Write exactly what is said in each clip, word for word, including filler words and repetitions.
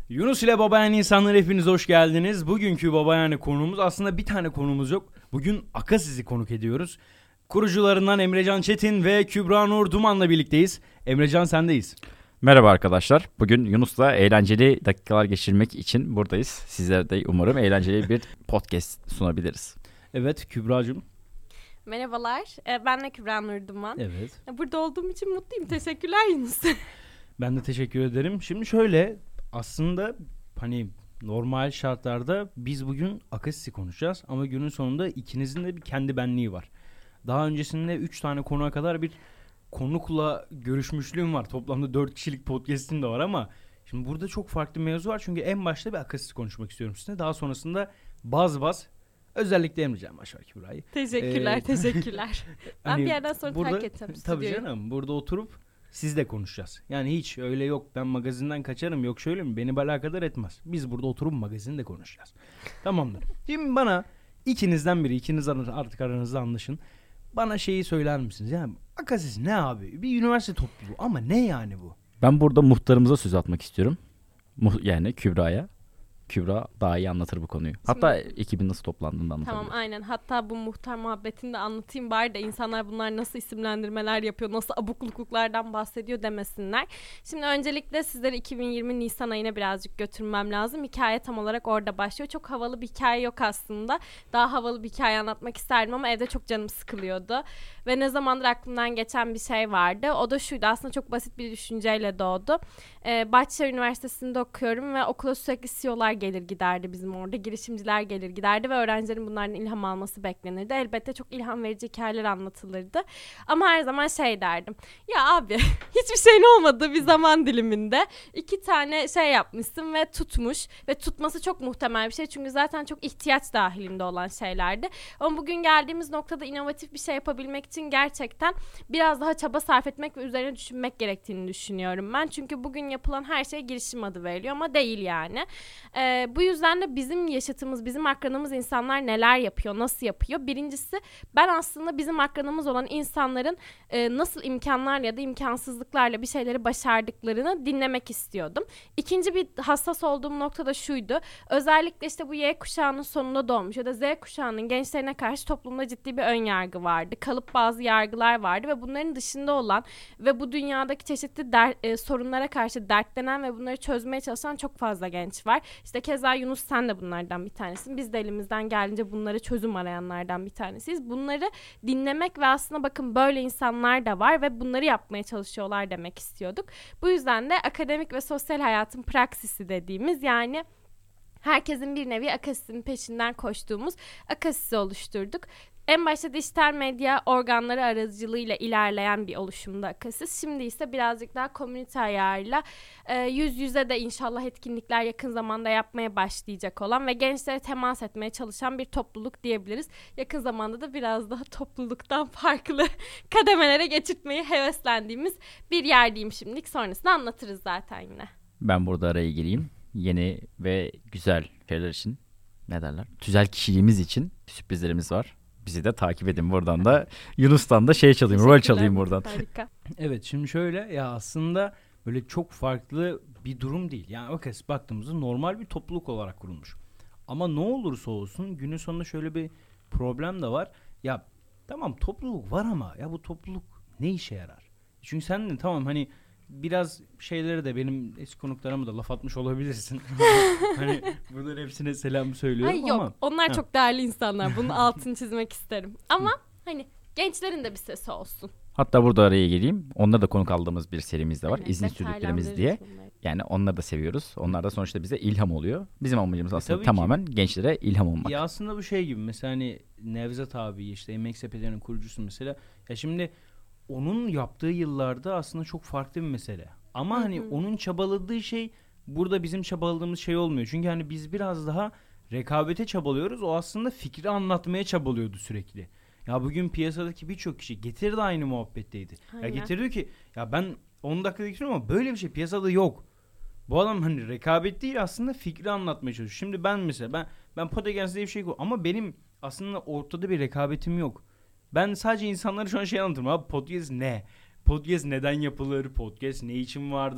Yunus ile Babayan insanlar hepiniz hoş geldiniz. Bugünkü Babayan konumuz aslında bir tane konumuz yok. Bugün Akasiz'i konuk ediyoruz. Kurucularından Emrecan Çetin ve Kübra Nur Duman'la birlikteyiz. Emrecan sendeyiz. Merhaba arkadaşlar. Bugün Yunus'la eğlenceli dakikalar geçirmek için buradayız. Sizler de umarım eğlenceli bir podcast sunabiliriz. Evet Kübra'cığım. Merhabalar. Ben de Kübra Nur Duman. Evet. Burada olduğum için mutluyum. Teşekkürler Yunus. Ben de teşekkür ederim. Şimdi şöyle aslında hani normal şartlarda biz bugün Akasiz'i konuşacağız. Ama günün sonunda ikinizin de bir kendi benliği var. Daha öncesinde üç tane konuğa kadar bir konukla görüşmüşlüğüm var. Toplamda dört kişilik podcast'im de var ama şimdi burada çok farklı mevzu var. Çünkü en başta bir Akasiz'i konuşmak istiyorum sizinle. Daha sonrasında baz baz özellikle Emrecan başlar ki burayı. Teşekkürler, Ee, teşekkürler. Ben hani bir yerden sonra burada, terk edeceğim tabii stüdyoyu. canım burada oturup sizle konuşacağız. Yani hiç öyle yok ben magazinden kaçarım yok şöyle mi beni alakadar etmez. Biz burada oturup magazinde konuşacağız. Tamamdır. Şimdi bana ikinizden biri ikiniz artık aranızda anlaşın. Bana şeyi söyler misiniz? Yani Akasiz ne abi? Bir üniversite topluluğu ama ne yani bu? Ben burada muhtarımıza söz atmak istiyorum. Muh- yani Kübra'ya. Kübra daha iyi anlatır bu konuyu. Hatta ekibin nasıl toplandığını da anlatabilir. Tamam aynen. Hatta bu muhtar muhabbetini de anlatayım bari de insanlar bunlar nasıl isimlendirmeler yapıyor, nasıl abukluklardan bahsediyor demesinler. Şimdi öncelikle sizleri iki bin yirmi Nisan ayına birazcık götürmem lazım. Hikaye tam olarak orada başlıyor. Çok havalı bir hikaye yok aslında. Daha havalı bir hikaye anlatmak isterdim ama evde çok canım sıkılıyordu. Ve ne zamandır aklımdan geçen bir şey vardı. O da şuydu, aslında çok basit bir düşünceyle doğdu. Ee, Bahçeşehir Üniversitesi'nde okuyorum ve okula sürekli C E O'lar gelir giderdi bizim orada. Girişimciler gelir giderdi ve öğrencilerin bunlardan ilham alması beklenirdi. Elbette çok ilham verici hikayeler anlatılırdı. Ama her zaman şey derdim. Ya abi hiçbir şeyin olmadığı bir zaman diliminde iki tane şey yapmışsın ve tutmuş. Ve tutması çok muhtemel bir şey. Çünkü zaten çok ihtiyaç dahilinde olan şeylerdi. Ama bugün geldiğimiz noktada inovatif bir şey yapabilmek için gerçekten biraz daha çaba sarf etmek ve üzerine düşünmek gerektiğini düşünüyorum ben. Çünkü bugün yapılan her şey girişim adı veriliyor ama değil yani. Ee, bu yüzden de bizim yaşıtımız, bizim akranımız insanlar neler yapıyor, nasıl yapıyor? Birincisi ben aslında bizim akranımız olan insanların e, nasıl imkanlar ya da imkansızlıklarla bir şeyleri başardıklarını dinlemek istiyordum. İkinci bir hassas olduğum nokta da şuydu. Özellikle işte bu Y kuşağının sonunda doğmuş ya da Z kuşağının gençlerine karşı toplumda ciddi bir ön yargı vardı. Kalıp bazı yargılar vardı ve bunların dışında olan ve bu dünyadaki çeşitli der, e, sorunlara karşı dertlenen ve bunları çözmeye çalışan çok fazla genç var. İşte keza Yunus sen de bunlardan bir tanesin. Biz de elimizden geldiğince bunlara çözüm arayanlardan bir tanesiyiz. Bunları dinlemek ve aslında bakın böyle insanlar da var ve bunları yapmaya çalışıyorlar demek istiyorduk. Bu yüzden de akademik ve sosyal hayatın praksisi dediğimiz yani herkesin bir nevi Akasiz'in peşinden koştuğumuz Akasiz'i oluşturduk. En başta dijital medya organları aracılığıyla ilerleyen bir oluşumda Akasiz. Şimdi ise birazcık daha komünite ayarıyla e, yüz yüze de inşallah etkinlikler yakın zamanda yapmaya başlayacak olan ve gençlere temas etmeye çalışan bir topluluk diyebiliriz. Yakın zamanda da biraz daha topluluktan farklı kademelere geçirtmeyi heveslendiğimiz bir yer diyeyim şimdilik. Sonrasını anlatırız zaten yine. Ben burada araya gireyim. Yeni ve güzel şeyler için ne derler? Güzel kişiliğimiz için sürprizlerimiz var. Bizi de takip edin buradan da. Yunus'tan da şey çalayım, rol çalayım buradan. Harika. Evet şimdi şöyle ya aslında böyle çok farklı bir durum değil. Yani Akasiz baktığımızda normal bir topluluk olarak kurulmuş. Ama ne olursa olsun günün sonunda şöyle bir problem de var. Ya tamam topluluk var ama ya bu topluluk ne işe yarar? Çünkü sen de tamam hani biraz şeyleri de benim eski konuklarıma da laf atmış olabilirsin. Hani bunların hepsine selam söylüyorum Ay ama. yok onlar Ha. çok değerli insanlar. Bunun altını çizmek isterim. Ama hani gençlerin de bir sesi olsun. Hatta burada araya gireyim. Onlara da konuk aldığımız bir serimiz de var. Evet, İzin sürdüklerimiz detaylandırırız diye. bunları. Yani onları da seviyoruz. Onlar da sonuçta bize ilham oluyor. Bizim amacımız aslında tabii ki. tamamen gençlere ilham olmak. Ya aslında bu şey gibi mesela hani Nevzat abi işte Emek Sepeti'nin kurucusu mesela. Ya şimdi onun yaptığı yıllarda aslında çok farklı bir mesele. Ama Hı hı. hani onun çabaladığı şey burada bizim çabaladığımız şey olmuyor. Çünkü hani biz biraz daha rekabete çabalıyoruz. O aslında fikri anlatmaya çabalıyordu sürekli. Ya bugün piyasadaki birçok kişi Getir de aynı muhabbetteydi. Ya Aynen. Getir diyor ki ya ben on dakikada getiriyorum ama böyle bir şey piyasada yok. Bu adam hani rekabet değil aslında fikri anlatmaya çalışıyor. Şimdi ben mesela ben ben podcast diye bir şey koyuyorum ama benim aslında ortada bir rekabetim yok. Ben sadece insanlara şu an şey anlatırım abi podcast ne? Podcast neden yapılır? Podcast ne için vardır?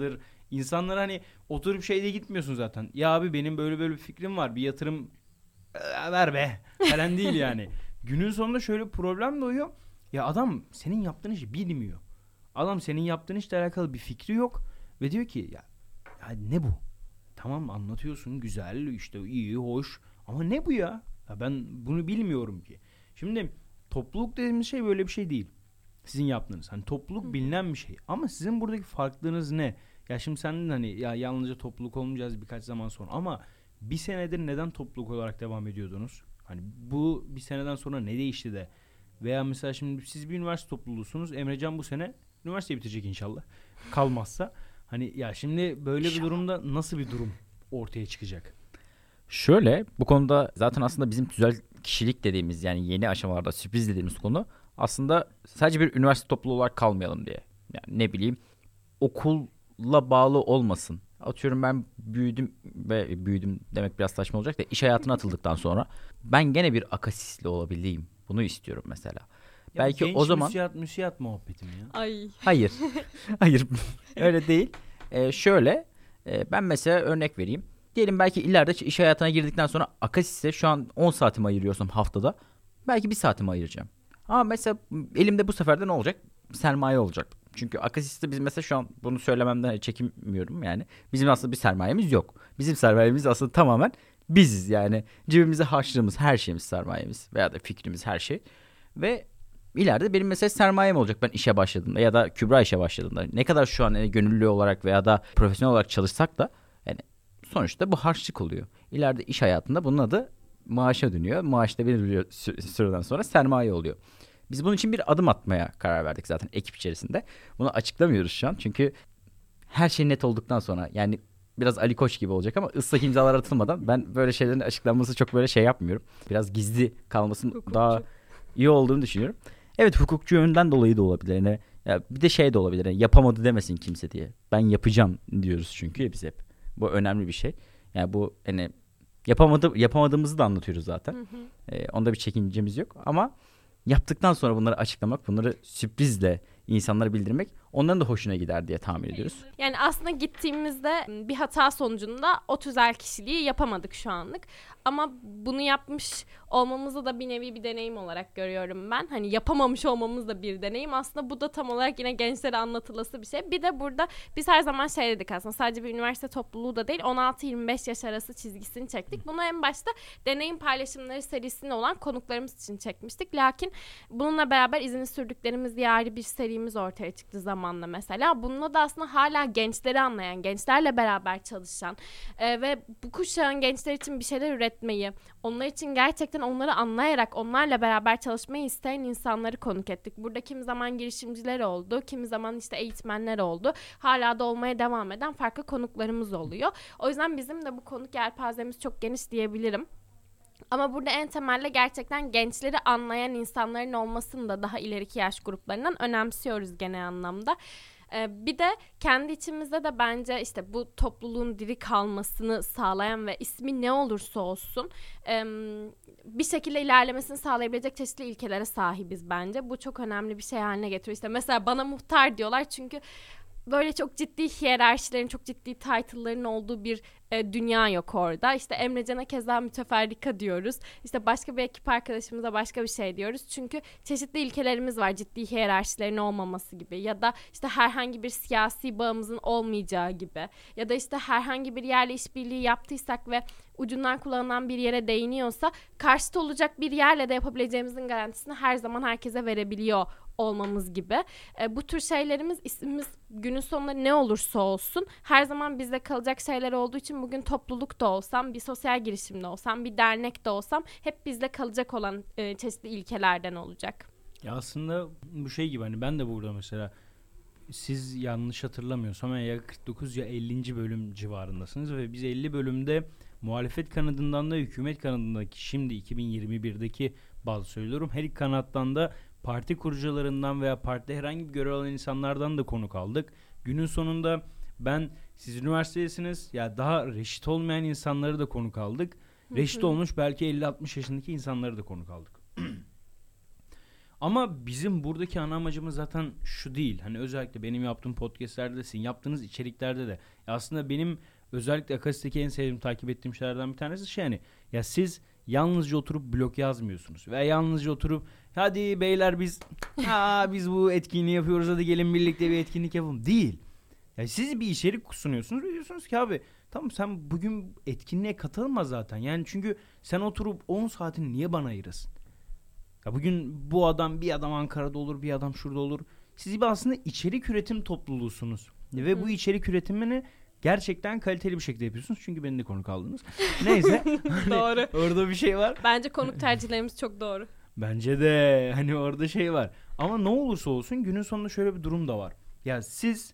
İnsanlara hani oturup şeyde gitmiyorsun zaten. Ya abi benim böyle böyle bir fikrim var. Bir yatırım e, ver be falan değil yani. Günün sonunda şöyle bir problem doğuyor. Ya adam senin yaptığın işi bilmiyor. Adam senin yaptığın işle alakalı bir fikri yok. Ve diyor ki ya, ya ne bu? Tamam anlatıyorsun güzel işte iyi hoş. Ama ne bu ya? Ya ben bunu bilmiyorum ki. Şimdi topluluk dediğimiz şey böyle bir şey değil. Sizin yaptığınız. Hani topluluk bilinen bir şey. Ama sizin buradaki farklılığınız ne? Ya şimdi sen hani ya yalnızca topluluk olmayacağız birkaç zaman sonra. Ama bir senedir neden topluluk olarak devam ediyordunuz? Hani bu bir seneden sonra ne değişti de? Veya mesela şimdi siz bir üniversite topluluğusunuz. Emrecan bu sene üniversiteyi bitirecek inşallah. Kalmazsa. Hani ya şimdi böyle bir durumda nasıl bir durum ortaya çıkacak? Şöyle bu konuda zaten aslında bizim tüzel kişilik dediğimiz yani yeni aşamalarda sürpriz dediğimiz konu aslında sadece bir üniversite topluluğu olarak kalmayalım diye. Yani ne bileyim okulla bağlı olmasın. Atıyorum ben büyüdüm ve büyüdüm demek biraz saçma olacak da iş hayatına atıldıktan sonra ben gene bir akasisli olabileyim. Bunu istiyorum mesela. Ya Belki genç o zaman müsiyat müsiyat muhabbetim ya. Ay. hayır. Hayır. Öyle değil. Ee, şöyle e, ben mesela örnek vereyim. Diyelim belki ileride iş hayatına girdikten sonra Akasis'e şu an on saatimi ayırıyorsam haftada belki bir saatimi ayıracağım. Ama mesela elimde bu sefer de ne olacak? Sermaye olacak. Çünkü Akasis'te biz mesela şu an bunu söylememden çekinmiyorum yani. Bizim aslında bir sermayemiz yok. Bizim sermayemiz aslında tamamen biziz yani. Cebimize harçlığımız, her şeyimiz sermayemiz veya da fikrimiz her şey. Ve ileride benim mesela sermayem olacak ben işe başladığımda ya da Kübra işe başladığında. Ne kadar şu an yani gönüllü olarak veya da profesyonel olarak çalışsak da yani sonuçta bu harçlık oluyor. İleride iş hayatında bunun adı maaşa dönüyor. Maaş da bir süreden sonra sermaye oluyor. Biz bunun için bir adım atmaya karar verdik zaten ekip içerisinde. Bunu açıklamıyoruz şu an çünkü her şey net olduktan sonra yani biraz Ali Koç gibi olacak ama ıslak imzalar atılmadan ben böyle şeylerin açıklanması çok böyle şey yapmıyorum. Biraz gizli kalmasının Hukukçu. daha iyi olduğunu düşünüyorum. Evet hukukçu yönden dolayı da olabilir. Yani, ya bir de şey de olabilir. Yani yapamadı demesin kimse diye. Ben yapacağım diyoruz çünkü ya biz hep. Bu önemli bir şey. Yani bu hani yapamadı, yapamadığımızı da anlatıyoruz zaten. Hı hı. Ee, onda bir çekincemiz yok ama yaptıktan sonra bunları açıklamak, bunları sürprizle insanlara bildirmek onların da hoşuna gider diye tahmin ediyoruz. Yani aslında gittiğimizde bir hata sonucunda o tüzel kişiliği yapamadık şu anlık. Ama bunu yapmış olmamızı da bir nevi bir deneyim olarak görüyorum ben. Hani yapamamış olmamız da bir deneyim. Aslında bu da tam olarak yine gençlere anlatılası bir şey. Bir de burada biz her zaman şey dedik aslında sadece bir üniversite topluluğu da değil on altı yirmi beş yaş arası çizgisini çektik. Bunu en başta deneyim paylaşımları serisinde olan konuklarımız için çekmiştik. Lakin bununla beraber izini sürdüklerimiz diye ayrı bir serimiz ortaya çıktı zamanla mesela. Bununla da aslında hala gençleri anlayan, gençlerle beraber çalışan e, ve bu kuşağın gençler için bir şeyler üretmeyi, onlar için gerçekten onları anlayarak onlarla beraber çalışmayı isteyen insanları konuk ettik. Burada kimi zaman girişimciler oldu, kimi zaman işte eğitmenler oldu. Hala da olmaya devam eden farklı konuklarımız oluyor. O yüzden bizim de bu konuk yelpazemiz çok geniş diyebilirim. Ama burada en temelde gerçekten gençleri anlayan insanların olmasını da daha ileriki yaş gruplarından önemsiyoruz genel anlamda. Ee, bir de kendi içimizde de bence işte bu topluluğun diri kalmasını sağlayan ve ismi ne olursa olsun e, bir şekilde ilerlemesini sağlayabilecek çeşitli ilkelere sahibiz bence. Bu çok önemli bir şey haline getiriyor. İşte mesela bana muhtar diyorlar çünkü böyle çok ciddi hiyerarşilerin, çok ciddi title'ların olduğu bir e, dünya yok orada. İşte Emrecan'a keza müteferrika diyoruz. İşte başka bir ekip arkadaşımıza başka bir şey diyoruz. Çünkü çeşitli ilkelerimiz var. Ciddi hiyerarşilerin olmaması gibi. Ya da işte herhangi bir siyasi bağımızın olmayacağı gibi. Ya da işte herhangi bir yerle işbirliği yaptıysak ve ucundan kullanılan bir yere değiniyorsa karşıt olacak bir yerle de yapabileceğimizin garantisini her zaman herkese verebiliyor olmamız gibi. E, bu tür şeylerimiz ismimiz günün sonunda ne olursa olsun her zaman bizde kalacak şeyler olduğu için bugün topluluk da olsam, bir sosyal girişimde olsam, bir dernekte olsam hep bizde kalacak olan e, çeşitli ilkelerden olacak. Ya aslında bu şey gibi hani ben de burada mesela siz yanlış hatırlamıyorsam ya kırk dokuz ya ellinci bölüm civarındasınız ve biz elli bölümde muhalefet kanadından da hükümet kanadındaki şimdi iki bin yirmi birdeki bazı söylüyorum her iki kanattan da parti kurucularından veya partide herhangi bir görev alan insanlardan da konuk aldık. Günün sonunda ben siz üniversitedesiniz ya daha reşit olmayan insanları da konuk aldık. Reşit olmuş belki elli altmış yaşındaki insanları da konuk aldık. Ama bizim buradaki ana amacımız zaten şu değil. Hani özellikle benim yaptığım podcastlerde de sizin yaptığınız içeriklerde de. Ya aslında benim özellikle Akasit'teki en sevdiğim, takip ettiğim şeylerden bir tanesi şey hani. Ya siz yalnızca oturup blog yazmıyorsunuz. Veya yalnızca oturup hadi beyler biz ha biz bu etkinliği yapıyoruz, hadi gelin birlikte bir etkinlik yapalım. Değil. Ya siz bir içerik sunuyorsunuz ve diyorsunuz ki abi tamam sen bugün etkinliğe katılma zaten. Yani çünkü sen oturup on saatini niye bana ayırasın? Ya bugün bu adam bir adam Ankara'da olur, bir adam şurada olur. Siz bir aslında içerik üretim topluluğusunuz. Hı. Ve bu içerik üretimini gerçekten kaliteli bir şekilde yapıyorsunuz. Çünkü beni de konuk aldınız. Neyse. Doğru. Orada bir şey var. Bence konuk tercihlerimiz çok doğru. Bence de hani orada şey var. Ama ne olursa olsun günün sonunda şöyle bir durum da var. Ya siz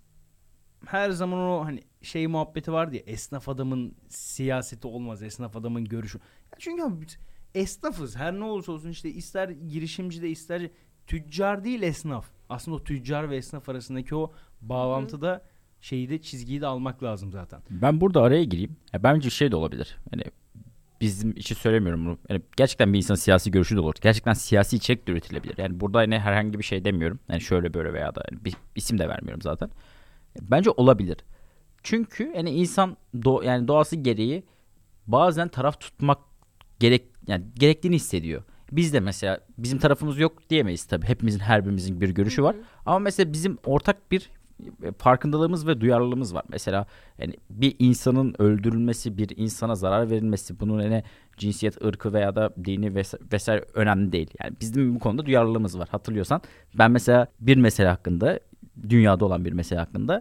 her zaman o hani şey muhabbeti vardı ya, esnaf adamın siyaseti olmaz, esnaf adamın görüşü. Ya çünkü abi biz esnafız, her ne olursa olsun işte ister girişimci de ister tüccar değil esnaf. Aslında o tüccar ve esnaf arasındaki o bağlantıda şeyi de çizgiyi de almak lazım zaten. Ben burada araya gireyim. Ya bence şey de olabilir. Hani bizim için söylemiyorum bunu. Yani gerçekten bir insanın siyasi görüşü de olur. Gerçekten siyasi içerik de üretilebilir. Yani burada yine herhangi bir şey demiyorum. Yani şöyle böyle veya da yani bir isim de vermiyorum zaten. Bence olabilir. Çünkü yani insan do yani doğası gereği bazen taraf tutmak gerek yani gerektiğini hissediyor. Biz de mesela bizim tarafımız yok diyemeyiz tabii. Hepimizin her birimizin bir görüşü var. Ama mesela bizim ortak bir farkındalığımız ve duyarlılığımız var. Mesela yani bir insanın öldürülmesi, bir insana zarar verilmesi, bunun yani cinsiyet, ırkı veya da dini ves- vesaire önemli değil. Yani bizim bu konuda duyarlılığımız var. Hatırlıyorsan ben mesela bir mesele hakkında, dünyada olan bir mesele hakkında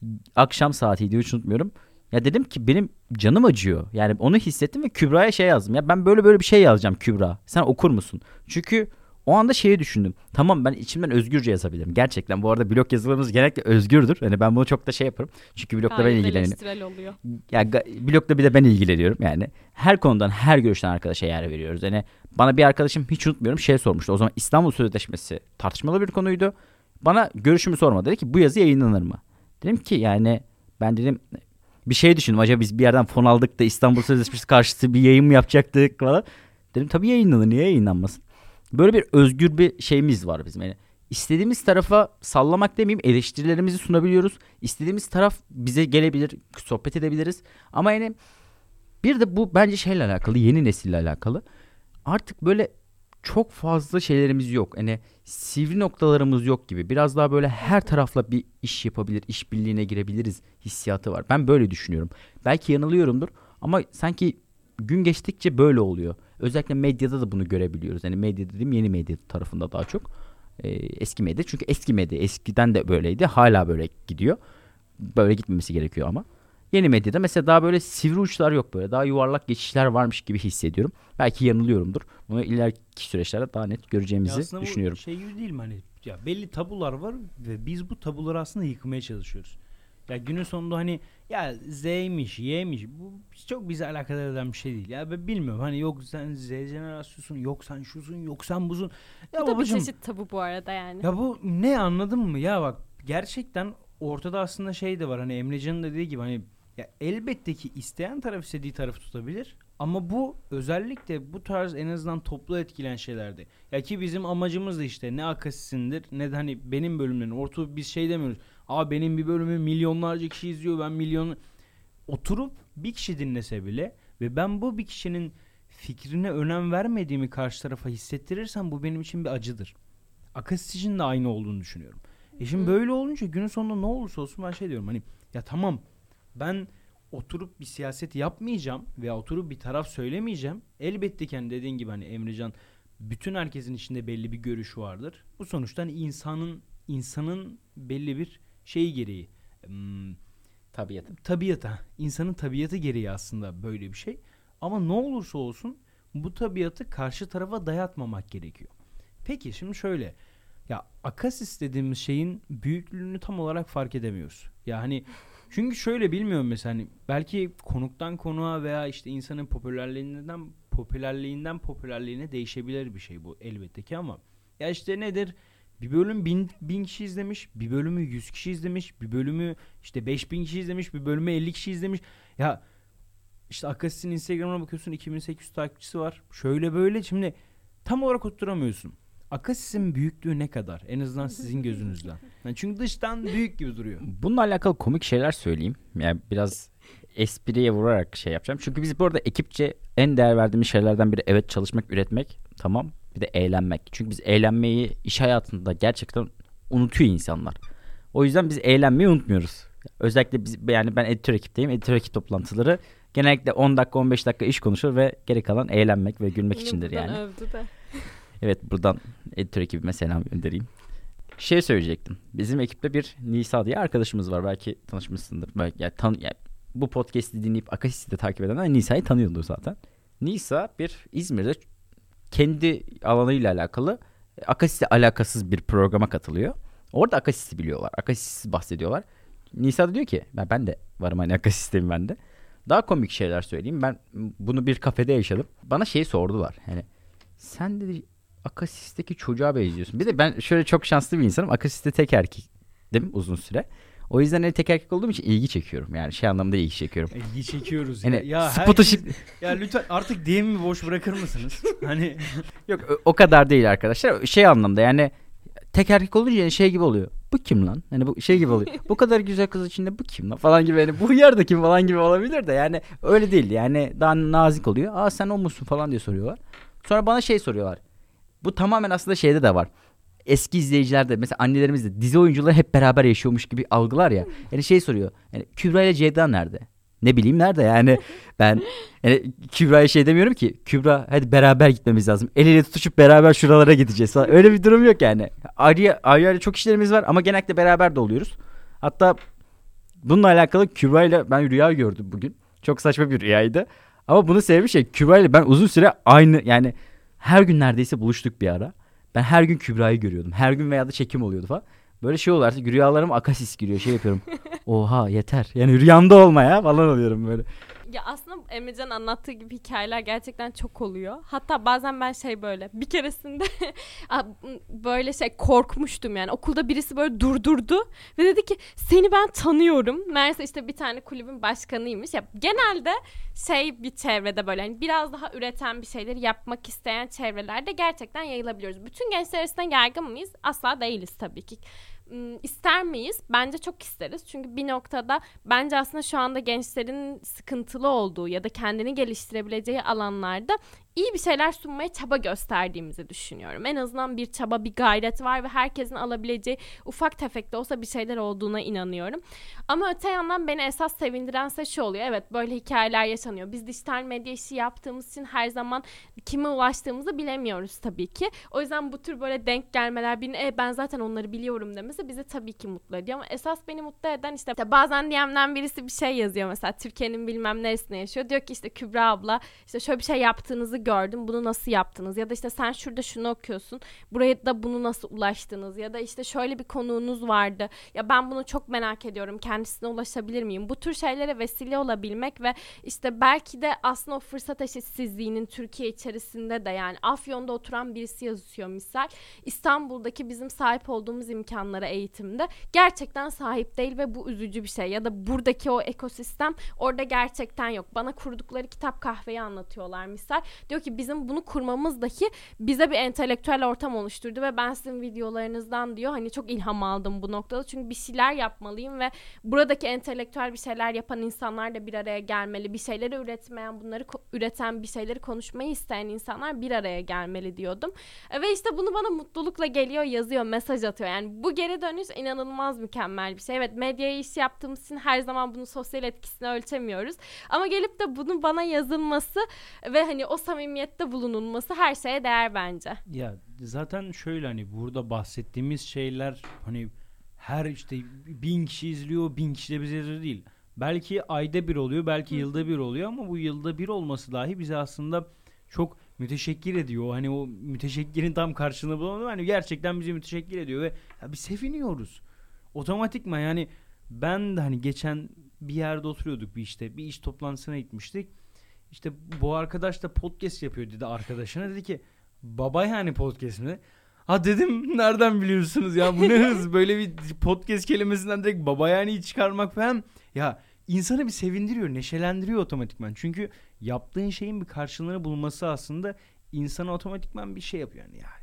akşam saatiydi hiç unutmuyorum. Ya dedim ki benim canım acıyor. Yani onu hissettim ve Kübra'ya şey yazdım. Ya ben böyle böyle bir şey yazacağım Kübra. Sen okur musun? Çünkü o anda şeyi düşündüm. Tamam ben içimden özgürce yazabilirim. Gerçekten bu arada blog yazılarımız genellikle özgürdür. Hani ben bunu çok da şey yaparım. Çünkü blogla ben ilgileniyorum. Oluyor. Ya ga- blogla bir de ben ilgileniyorum yani. Her konudan, her görüşten arkadaşa yer veriyoruz. Yani bana bir arkadaşım hiç unutmuyorum şey sormuştu. O zaman İstanbul Sözleşmesi tartışmalı bir konuydu. Bana görüşümü sormadı. Dedi ki bu yazı yayınlanır mı? Dedim ki yani ben dedim bir şey düşündüm. Acaba biz bir yerden fon aldık da İstanbul Sözleşmesi karşıtı bir yayın mı yapacaktık falan. Dedim tabii yayınlanır. Niye yayınlanmasın? Böyle bir özgür bir şeyimiz var bizim. Yani istediğimiz tarafa sallamak demeyeyim, eleştirilerimizi sunabiliyoruz. İstediğimiz taraf bize gelebilir, sohbet edebiliriz. Ama yani bir de bu bence şeyle alakalı, yeni nesille alakalı. Artık böyle çok fazla şeylerimiz yok. Yani sivri noktalarımız yok gibi. Biraz daha böyle her tarafla bir iş yapabilir, işbirliğine girebiliriz hissiyatı var. Ben böyle düşünüyorum. Belki yanılıyorumdur ama sanki gün geçtikçe böyle oluyor. Özellikle medyada da bunu görebiliyoruz. Yani medya dediğim yeni medya tarafında daha çok. Ee, eski medya. Çünkü eski medya eskiden de böyleydi. Hala böyle gidiyor. Böyle gitmemesi gerekiyor ama. Yeni medyada mesela daha böyle sivri uçlar yok böyle. Daha yuvarlak geçişler varmış gibi hissediyorum. Belki yanılıyorumdur. Bunu ileriki süreçlerde daha net göreceğimizi ya düşünüyorum. Aslında bu şey gibi değil mi hani? Ya belli tabular var ve biz bu tabuları aslında yıkmaya çalışıyoruz. Ya günün sonunda hani ya Z'ymiş, Y'miş bu çok bize alakadar eden bir şey değil. Ya ben bilmiyorum hani yok sen Z jenerasyonsun, yok sen şusun, yok sen busun. Ya bu da babacığım, bir çeşit tabu bu arada yani. Ya bu ne anladın mı? Ya bak gerçekten ortada aslında şey de var hani Emrecan'ın dediği gibi hani ya elbette ki isteyen taraf istediği tarafı tutabilir. Ama bu özellikle bu tarz en azından toplu etkilen şeylerde. Ya ki bizim amacımız da işte ne akasisindir ne de hani benim bölümlerim. Ortada biz şey demiyoruz. Aa benim bir bölümü milyonlarca kişi izliyor. Ben milyon... Oturup bir kişi dinlese bile ve ben bu bir kişinin fikrine önem vermediğimi karşı tarafa hissettirirsem bu benim için bir acıdır. Akasis için de aynı olduğunu düşünüyorum. E şimdi böyle olunca günün sonunda ne olursa olsun ben şey diyorum hani ya tamam ben oturup bir siyaset yapmayacağım veya oturup bir taraf söylemeyeceğim. Elbette ki hani dediğin gibi hani Emrecan bütün herkesin içinde belli bir görüşü vardır. Bu sonuçta hani insanın insanın belli bir şeyi gereği. Hmm, Tabiatı. Tabiatı. İnsanın tabiatı gereği aslında böyle bir şey. Ama ne olursa olsun bu tabiatı karşı tarafa dayatmamak gerekiyor. Peki şimdi şöyle. Ya akasis dediğimiz şeyin büyüklüğünü tam olarak fark edemiyoruz. Ya hani çünkü şöyle bilmiyorum mesela hani belki konuktan konuğa veya işte insanın popülerliğinden popülerliğinden popülerliğine değişebilir bir şey bu elbette ki ama ya işte nedir? Bir bölüm bin, bin kişi izlemiş, bir bölümü yüz kişi izlemiş, bir bölümü işte beş bin kişi izlemiş, bir bölümü elli kişi izlemiş. Ya işte Akasis'in Instagram'ına bakıyorsun iki bin sekiz yüz takipçisi var. Şöyle böyle şimdi tam olarak oturamıyorsun. Akasis'in büyüklüğü ne kadar? En azından sizin gözünüzden. Yani çünkü dıştan büyük gibi duruyor. Bununla alakalı komik şeyler söyleyeyim. Yani biraz espriye vurarak şey yapacağım. Çünkü biz bu arada ekipçe en değer verdiğimiz şeylerden biri evet çalışmak, üretmek. Tamam. Bir de eğlenmek. Çünkü biz eğlenmeyi iş hayatında gerçekten unutuyor insanlar. O yüzden biz eğlenmeyi unutmuyoruz. Özellikle biz, yani ben editör ekipteyim. Editör ekip toplantıları genellikle on dakika on beş dakika iş konuşur ve geri kalan eğlenmek ve gülmek Yine içindir buradan yani. övdü de. Evet, buradan editör ekibime selam göndereyim. Şey söyleyecektim. Bizim ekipte bir Nisa diye arkadaşımız var. Belki tanışmışsındır. Belki yani tan yani bu podcast'i dinleyip Akasis'i de takip edenler Nisa'yı tanıyordur zaten. Nisa bir İzmir'de kendi alanıyla alakalı Akasis'le alakasız bir programa katılıyor. Orada Akasis'i biliyorlar. Akasis'i bahsediyorlar. Nisa da diyor ki ben, ben de varım hani Akasis'teyim ben de. Daha komik şeyler söyleyeyim. Ben bunu bir kafede yaşadım. Bana şeyi sordular. Yani sen dedi Akasis'teki çocuğa benziyorsun. Bir de ben şöyle çok şanslı bir insanım. Akasis'te tek erkektim uzun süre. O yüzden hani tek erkek olduğum için ilgi çekiyorum. Yani şey anlamda ilgi çekiyorum. İlgi çekiyoruz Yani ya. Ya Spotify... herkes, ya lütfen artık D M'imi boş bırakır mısınız? Hani Yok o kadar değil arkadaşlar. Şey anlamda yani tek erkek olunca yani şey gibi oluyor. Bu kim lan? Hani bu şey gibi oluyor. Bu kadar güzel kız içinde bu kim lan falan gibi. Yani bu yerde kim falan gibi olabilir de yani öyle değil. Yani daha nazik oluyor. Aa sen o musun falan diye soruyorlar. Sonra bana şey soruyorlar. Bu tamamen aslında şeyde de var. Eski izleyiciler de mesela annelerimiz de dizi oyuncuları hep beraber yaşıyormuş gibi algılar ya. Yani şey soruyor. Yani Kübra ile Ceyda nerede? Ne bileyim nerede yani ben yani Kübra'ya şey demiyorum ki Kübra hadi beraber gitmemiz lazım. El ele tutuşup beraber şuralara gideceğiz falan. Öyle bir durum yok yani. Ayrı ayrı, ayrı çok işlerimiz var ama genellikle beraber de oluyoruz. Hatta bununla alakalı Kübra ile ben rüya gördüm bugün. Çok saçma bir rüyaydı. Ama bunu sebebi şey Kübra ile ben uzun süre aynı yani her gün neredeyse buluştuk bir ara. Ben her gün Kübra'yı görüyordum. Her gün veya da çekim oluyordu falan. Böyle şey oluyor artık rüyalarıma Akasis giriyor şey yapıyorum. Oha yeter. Yani rüyamda olma ya falan oluyorum böyle. Ya aslında Emrecan anlattığı gibi hikayeler gerçekten çok oluyor. Hatta bazen ben şey böyle bir keresinde böyle şey korkmuştum yani. Okulda birisi böyle durdurdu ve dedi ki seni ben tanıyorum. Meğerse işte bir tane kulübün başkanıymış. Ya genelde şey bir çevrede böyle hani biraz daha üreten bir şeyleri yapmak isteyen çevrelerde gerçekten yayılabiliyoruz. Bütün gençler arasında yaygın mıyız? Asla değiliz tabii ki. İster miyiz? Bence çok isteriz. Çünkü bir noktada bence aslında şu anda gençlerin sıkıntılı olduğu ya da kendini geliştirebileceği alanlarda iyi bir şeyler sunmaya çaba gösterdiğimizi düşünüyorum. En azından bir çaba, bir gayret var ve herkesin alabileceği ufak tefek de olsa bir şeyler olduğuna inanıyorum. Ama öte yandan beni esas sevindirense şu oluyor. Evet böyle hikayeler yaşanıyor. Biz dijital medya işi yaptığımız için her zaman kime ulaştığımızı bilemiyoruz tabii ki. O yüzden bu tür böyle denk gelmeler, birinin e, ben zaten onları biliyorum demesi bizi tabii ki mutlu ediyor. Ama esas beni mutlu eden işte, işte bazen D M'den birisi bir şey yazıyor mesela Türkiye'nin bilmem neresinde yaşıyor. Diyor ki işte Kübra abla işte şöyle bir şey yaptığınızı gördüm. Bunu nasıl yaptınız? Ya da işte sen şurada şunu okuyorsun. Buraya da bunu nasıl ulaştınız? Ya da işte şöyle bir konuğunuz vardı. Ya ben bunu çok merak ediyorum. Kendisine ulaşabilir miyim? Bu tür şeylere vesile olabilmek ve işte belki de aslında o fırsat eşitsizliğinin Türkiye içerisinde de yani Afyon'da oturan birisi yazıyor misal. İstanbul'daki bizim sahip olduğumuz imkanlara eğitimde gerçekten sahip değil ve bu üzücü bir şey. Ya da buradaki o ekosistem orada gerçekten yok. Bana kurdukları kitap kahveyi anlatıyorlar misal. Diyor ki bizim bunu kurmamız dahi bize bir entelektüel ortam oluşturdu ve ben sizin videolarınızdan diyor hani çok ilham aldım bu noktada. Çünkü bir şeyler yapmalıyım ve buradaki entelektüel bir şeyler yapan insanlar da bir araya gelmeli. Bir şeyleri üretmeyen, bunları ko- üreten, bir şeyleri konuşmayı isteyen insanlar bir araya gelmeli diyordum. E ve işte bunu bana mutlulukla geliyor, yazıyor, mesaj atıyor. Yani bu geri dönüş inanılmaz mükemmel bir şey. Evet medyaya iş yaptığımız için her zaman bunun sosyal etkisini ölçemiyoruz. Ama gelip de bunun bana yazılması ve hani o samimiyette bulunulması her şeye değer bence. Ya zaten şöyle hani burada bahsettiğimiz şeyler hani her işte bin kişi izliyor, bin kişi de bize izliyor değil. Belki ayda bir oluyor, belki yılda bir oluyor ama bu yılda bir olması dahi bize aslında çok müteşekkir ediyor. Hani o müteşekkirin tam karşılığını bulamıyor. Hani gerçekten bizi müteşekkir ediyor ve ya biz seviniyoruz. Otomatikman yani ben de hani geçen bir yerde oturuyorduk bir işte bir iş toplantısına gitmiştik. İşte bu arkadaş da podcast yapıyor dedi arkadaşına. Dedi ki baba yani podcast mi? Ha dedim nereden biliyorsunuz ya bu ne hız böyle bir podcast kelimesinden direkt baba yani çıkarmak falan. Ya insanı bir sevindiriyor, neşelendiriyor otomatikman. Çünkü yaptığın şeyin bir karşılığını bulması aslında insana otomatikman bir şey yapıyor. Yani ya işte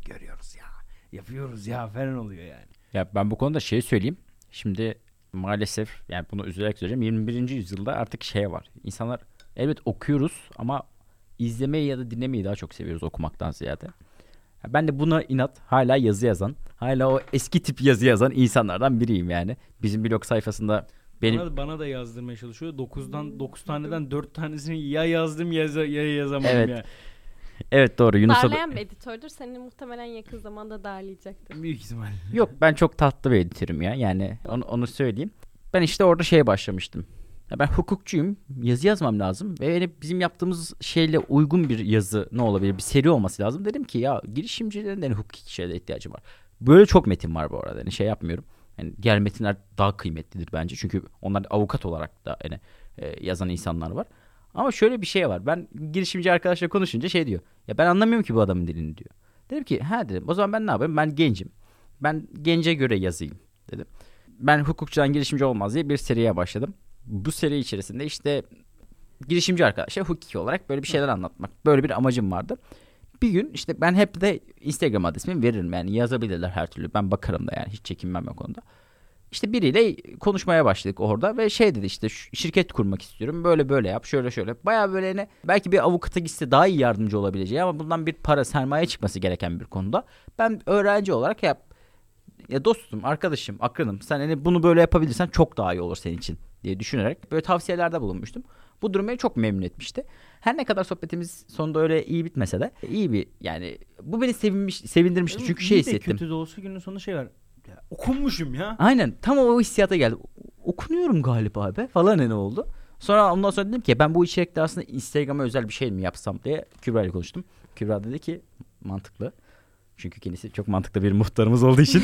görüyoruz ya. Yapıyoruz ya falan oluyor yani. Ya ben bu konuda şey söyleyeyim. Şimdi maalesef yani bunu üzülerek söyleyeceğim. yirmi birinci yüzyılda artık şey var. İnsanlar evet okuyoruz ama izlemeyi ya da dinlemeyi daha çok seviyoruz okumaktan ziyade. Ya ben de buna inat hala yazı yazan, hala o eski tip yazı yazan insanlardan biriyim yani. Bizim blog sayfasında benim... Bana, bana da yazdırmaya çalışıyor. dokuzdan dokuz taneden dört tanesini ya yazdım ya, ya yazamadım Evet. ya. Evet doğru. Yunus'a da... Darlayan bir editördür. Seni muhtemelen yakın zamanda darlayacaktır. Büyük ihtimalle. Yok ben çok tatlı bir editörüm ya. Yani onu, onu söyleyeyim. Ben işte orada şeye başlamıştım. Ya ben hukukçuyum. Yazı yazmam lazım. Ve yani bizim yaptığımız şeyle uygun bir yazı ne olabilir? Bir seri olması lazım. Dedim ki ya girişimcilerin de hani hukuki şeylere ihtiyacı var. Böyle çok metin var bu arada. Yani şey yapmıyorum. Yani diğer metinler daha kıymetlidir bence. Çünkü onlar avukat olarak da hani e, yazan insanlar var. Ama şöyle bir şey var. Ben girişimci arkadaşla konuşunca şey diyor. Ya ben anlamıyorum ki bu adamın dilini diyor. Dedim ki ha dedim o zaman ben ne yapayım? Ben gencim. Ben gence göre yazayım dedim. Ben hukukçudan girişimci olmaz diye bir seriye başladım. Bu seri içerisinde işte girişimci arkadaşlar hukuki olarak böyle bir şeyler anlatmak. Böyle bir amacım vardı. Bir gün işte ben hep de Instagram adresimi veririm. Yani yazabilirler her türlü. Ben bakarım da yani hiç çekinmem o konuda. İşte biriyle konuşmaya başladık orada ve şey dedi işte şirket kurmak istiyorum. Böyle böyle yap şöyle şöyle. Baya böyle ne belki bir avukata gitse daha iyi yardımcı olabileceği ama bundan bir para sermaye çıkması gereken bir konuda. Ben öğrenci olarak yap ya dostum, arkadaşım, akranım sen hani bunu böyle yapabilirsen çok daha iyi olur senin için diye düşünerek böyle tavsiyelerde bulunmuştum. Bu durum beni çok memnun etmişti. Her ne kadar sohbetimiz sonunda öyle iyi bitmese de iyi bir yani bu beni sevinmiş, sevindirmişti. Çünkü şey İyi de hissettim. kötü de olsa günün sonunda şey var. Ya, okunmuşum ya. Aynen tam o hissiyata geldi. Okunuyorum galiba be falan ne oldu. Sonra ondan sonra dedim ki ben bu içerikte aslında Instagram'a özel bir şey mi yapsam diye Kübra ile konuştum. Kübra dedi ki mantıklı. Çünkü kendisi çok mantıklı bir muhtarımız olduğu için.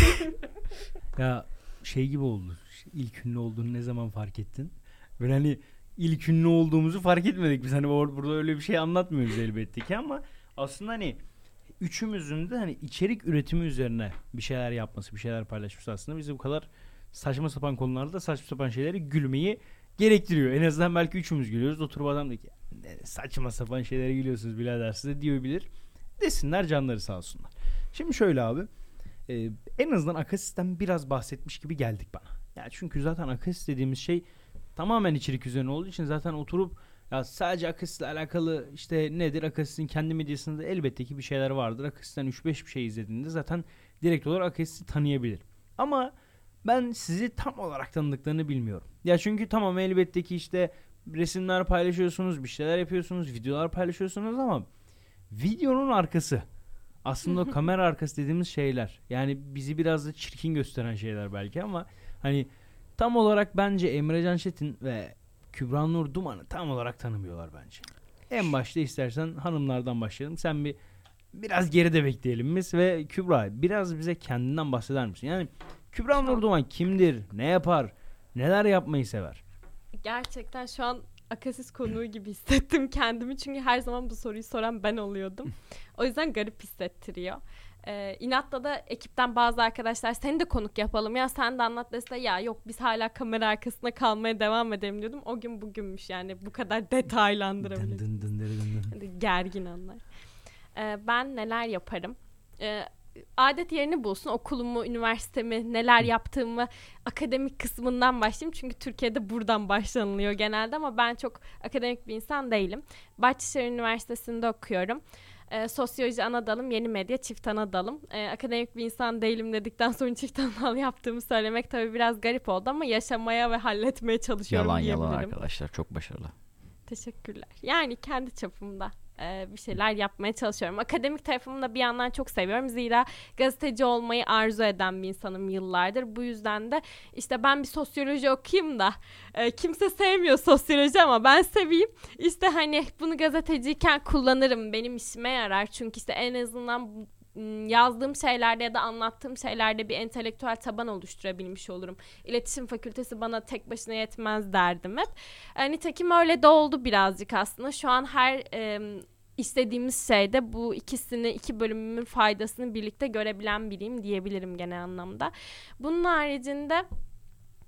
Ya şey gibi oldu. İlk ünlü olduğunu ne zaman fark ettin? Böyle hani ilk ünlü olduğumuzu fark etmedik biz. Hani burada öyle bir şey anlatmıyoruz elbette ki ama aslında hani üçümüzün de hani içerik üretimi üzerine bir şeyler yapması, bir şeyler paylaşması aslında bizi bu kadar saçma sapan konularda saçma sapan şeyleri gülmeyi gerektiriyor. En azından belki üçümüz gülüyoruz. Oturup adam diyor ki saçma sapan şeylere gülüyorsunuz birader size diyebilir. Desinler canları sağ olsunlar. Şimdi şöyle abi. E, en azından Akasis'ten biraz bahsetmiş gibi geldik bana. Yani çünkü zaten Akasis dediğimiz şey tamamen içerik üzerine olduğu için zaten oturup ya sadece Akasis'le alakalı işte nedir? Akasis'in kendi medyasında elbette ki bir şeyler vardır. Akasis'ten üç beş bir şey izlediğinde zaten direkt olarak Akasis'i tanıyabilir. Ama ben sizi tam olarak tanıdıklarını bilmiyorum. Ya çünkü tamam elbette ki işte resimler paylaşıyorsunuz, bir şeyler yapıyorsunuz, videolar paylaşıyorsunuz ama videonun arkası aslında o kamera arkası dediğimiz şeyler. Yani bizi biraz da çirkin gösteren şeyler belki ama hani tam olarak bence Emrecan Çetin ve Kübra Nur Duman'ı tam olarak tanımıyorlar bence. En başta istersen hanımlardan başlayalım. Sen bir biraz geride bekleyelim biz ve Kübra biraz bize kendinden bahseder misin? Yani Kübra Nur Duman kimdir? Ne yapar? Neler yapmayı sever? Gerçekten şu an Akasis konuğu gibi hissettim kendimi. Çünkü her zaman bu soruyu soran ben oluyordum. O yüzden garip hissettiriyor. Ee, İnat'ta da ekipten bazı arkadaşlar seni de konuk yapalım ya sen de anlat dese ya yok biz hala kamera arkasında kalmaya devam edelim diyordum. O gün bugünmüş yani bu kadar detaylandırabilirim. Dın dın dın dın dın. Gergin anlar. Ee, ben neler yaparım? Ee, adet yerini bulsun. Okulumu, üniversitemi, neler yaptığımı akademik kısmından başlayayım. Çünkü Türkiye'de buradan başlanılıyor genelde ama ben çok akademik bir insan değilim. Bahçeşehir Üniversitesi'nde okuyorum. Ee, sosyoloji ana dalım, yeni medya çift ana dalım. Ee, akademik bir insan değilim dedikten sonra çift ana dal yaptığımı söylemek tabii biraz garip oldu ama yaşamaya ve halletmeye çalışıyorum Yalan diyebilirim. yalan arkadaşlar çok başarılı. Teşekkürler. Yani kendi çapımda e, bir şeyler yapmaya çalışıyorum. Akademik tarafımı da bir yandan çok seviyorum. Zira gazeteci olmayı arzu eden bir insanım yıllardır. Bu yüzden de işte ben bir sosyoloji okuyayım da e, kimse sevmiyor sosyoloji ama ben seveyim. İşte hani bunu gazeteciyken kullanırım. Benim işime yarar. Çünkü işte en azından yazdığım şeylerde ya da anlattığım şeylerde bir entelektüel taban oluşturabilmiş olurum. İletişim fakültesi bana tek başına yetmez derdim hep. E, nitekim öyle de oldu birazcık aslında. Şu an her e, istediğimiz şeyde bu ikisini, iki bölümümün faydasını birlikte görebilen biriyim diyebilirim genel anlamda. Bunun haricinde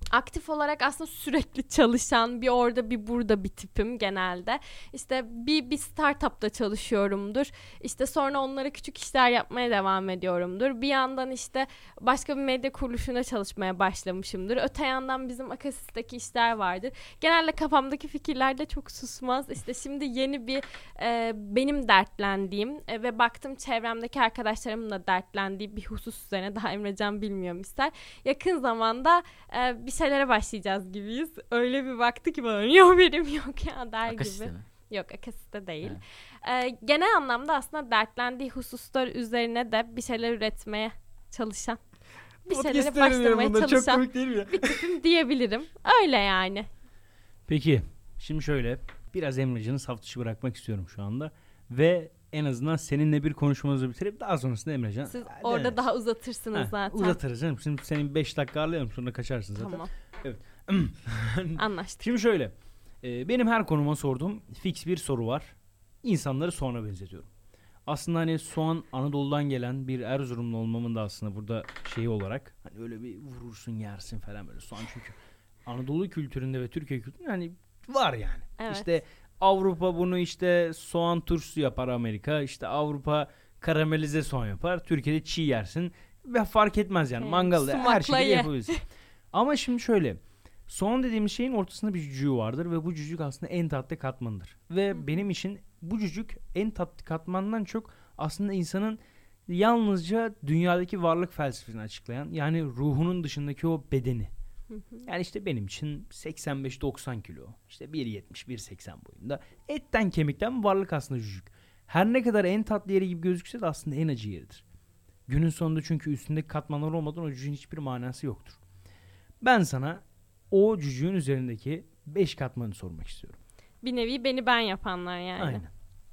aktif olarak aslında sürekli çalışan, bir orada bir burada bir tipim genelde. İşte bir, bir startupta çalışıyorumdur. İşte sonra onlara küçük işler yapmaya devam ediyorumdur. Bir yandan işte başka bir medya kuruluşuna çalışmaya başlamışımdır. Öte yandan bizim Akasis'teki işler vardır. Genelde kafamdaki fikirler de çok susmaz. İşte şimdi yeni bir e, benim dertlendiğim e, ve baktım çevremdeki arkadaşlarımın da dertlendiği bir husus üzerine, daha Emrecan bilmiyorum ister. Yakın zamanda e, bir şeylere başlayacağız gibiyiz. Öyle bir baktı ki bana niye haberim yok ya der Akasis'te gibi. mi? Yok, Akasis'te değil. Ee, genel anlamda aslında dertlendiği hususlar üzerine de bir şeyler üretmeye çalışan, bir şeylere başlamaya çalışan bir tipim diyebilirim. Öyle yani. Peki şimdi şöyle biraz Emrecan'ı saf dışı bırakmak istiyorum şu anda. Ve en azından seninle bir konuşmamızı bitirip daha sonrasında Emrecan. Siz orada deneriz. Daha uzatırsınız ha, zaten. Uzatırız canım. Şimdi senin beş dakika ağırlayalım, sonra kaçarsın zaten. Tamam. Evet. Anlaştık. Şimdi şöyle. E, benim her konuma sorduğum fix bir soru var. İnsanları soğana benzetiyorum. Aslında hani soğan Anadolu'dan gelen bir Erzurumlu olmamın da aslında burada şeyi olarak hani öyle bir vurursun yersin falan böyle soğan, çünkü Anadolu kültüründe ve Türkiye kültüründe hani var yani. Evet. İşte Avrupa bunu işte soğan turşusu yapar Amerika. İşte Avrupa karamelize soğan yapar. Türkiye'de çiğ yersin ve fark etmez yani. Evet, mangalda her şeyi yapabilirsin. Ama şimdi şöyle. Soğan dediğimiz şeyin ortasında bir cücüğü vardır ve bu cücük aslında en tatlı katmandır. Ve Hı. benim için bu cücük en tatlı katmandan çok aslında insanın yalnızca dünyadaki varlık felsefesini açıklayan, yani ruhunun dışındaki o bedeni. Hı hı. Yani işte benim için seksen beş doksan kilo, işte bir yetmiş bir seksen boyunda etten kemikten varlık aslında cücük. Her ne kadar en tatlı yeri gibi gözükse de aslında en acı yeridir. Günün sonunda çünkü üstündeki katmanlar olmadan o cücüğün hiçbir manası yoktur. Ben sana o cücüğün üzerindeki beş katmanı sormak istiyorum. Bir nevi beni ben yapanlar yani. Aynen.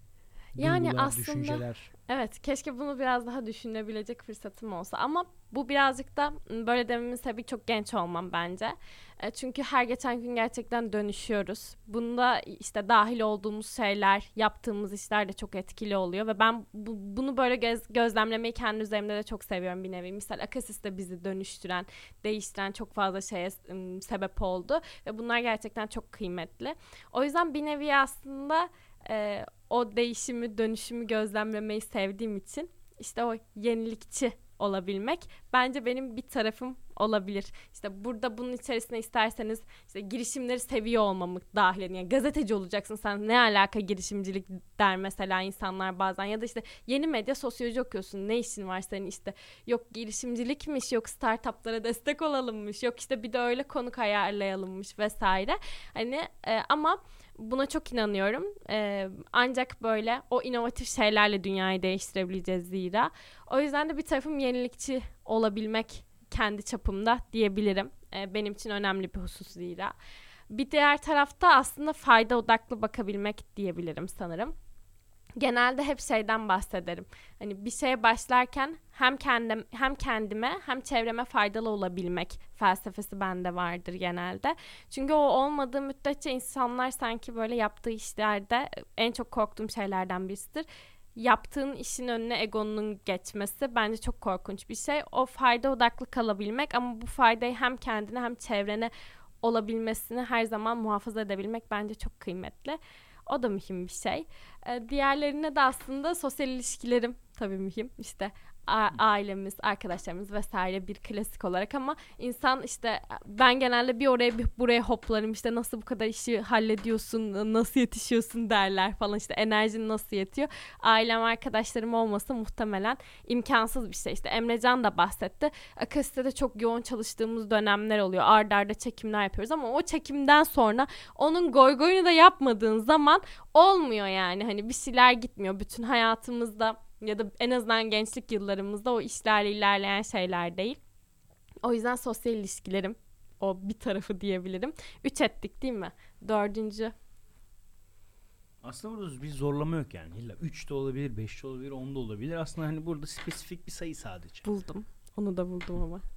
Yani Duygular, aslında düşünceler. Evet, keşke bunu biraz daha düşünebilecek fırsatım olsa ama bu birazcık da böyle dememin sebebi çok genç olmam bence. E, çünkü her geçen gün gerçekten dönüşüyoruz. Bunda işte dahil olduğumuz şeyler, yaptığımız işler de çok etkili oluyor ve ben bu, bunu böyle göz, gözlemlemeyi kendi üzerimde de çok seviyorum bir nevi. Misal Akasis de bizi dönüştüren, değiştiren çok fazla şeye ım, sebep oldu ve bunlar gerçekten çok kıymetli. O yüzden bir nevi aslında e, o değişimi, dönüşümü gözlemlemeyi sevdiğim için işte o yenilikçi olabilmek bence benim bir tarafım olabilir. İşte burada bunun içerisine isterseniz işte girişimleri seviyor olmamı dahil edin. Yani gazeteci olacaksın sen, ne alaka girişimcilik der mesela insanlar bazen. Ya da işte yeni medya, sosyoloji okuyorsun, ne işin var senin, işte yok girişimcilikmiş, yok startuplara destek olalımmış, yok işte bir de öyle konuk ayarlayalımmış vesaire. Hani e, ama buna çok inanıyorum. Ee, ancak böyle o inovatif şeylerle dünyayı değiştirebileceğiz zira. O yüzden de bir tarafım yenilikçi olabilmek kendi çapımda diyebilirim. Ee, benim için önemli bir husus zira. Bir diğer tarafta aslında fayda odaklı bakabilmek diyebilirim sanırım. Genelde hep şeyden bahsederim. Hani bir şeye başlarken hem kendim hem kendime hem çevreme faydalı olabilmek felsefesi bende vardır genelde. Çünkü o olmadığı müddetçe insanlar sanki böyle yaptığı işlerde en çok korktuğum şeylerden birisidir. Yaptığın işin önüne egonun geçmesi bence çok korkunç bir şey. O fayda odaklı kalabilmek ama bu faydayı hem kendine hem çevrene olabilmesini her zaman muhafaza edebilmek bence çok kıymetli. O da mühim bir şey. Ee, diğerlerine de aslında sosyal ilişkilerim tabii mühim. İşte a- ailemiz, arkadaşlarımız vesaire bir klasik olarak ama insan işte ben genelde bir oraya bir buraya hoplarım, işte nasıl bu kadar işi hallediyorsun, nasıl yetişiyorsun derler falan, işte enerjin nasıl yetiyor. Ailem, arkadaşlarım olmasa muhtemelen imkansız bir şey. İşte Emrecan da bahsetti. Akasit'te de çok yoğun çalıştığımız dönemler oluyor. Arda arda çekimler yapıyoruz ama o çekimden sonra onun goygoyunu da yapmadığın zaman olmuyor yani. Hani bir şeyler gitmiyor. Bütün hayatımızda ya da en azından gençlik yıllarımızda o işlerle ilerleyen şeyler değil. O yüzden sosyal ilişkilerim o bir tarafı diyebilirim. Üç ettik değil mi? Dördüncü. Aslında burada bir zorlama yok yani. İlla üç de olabilir, beş de olabilir, on da olabilir. Aslında hani burada spesifik bir sayı sadece. Buldum. Onu da buldum ama.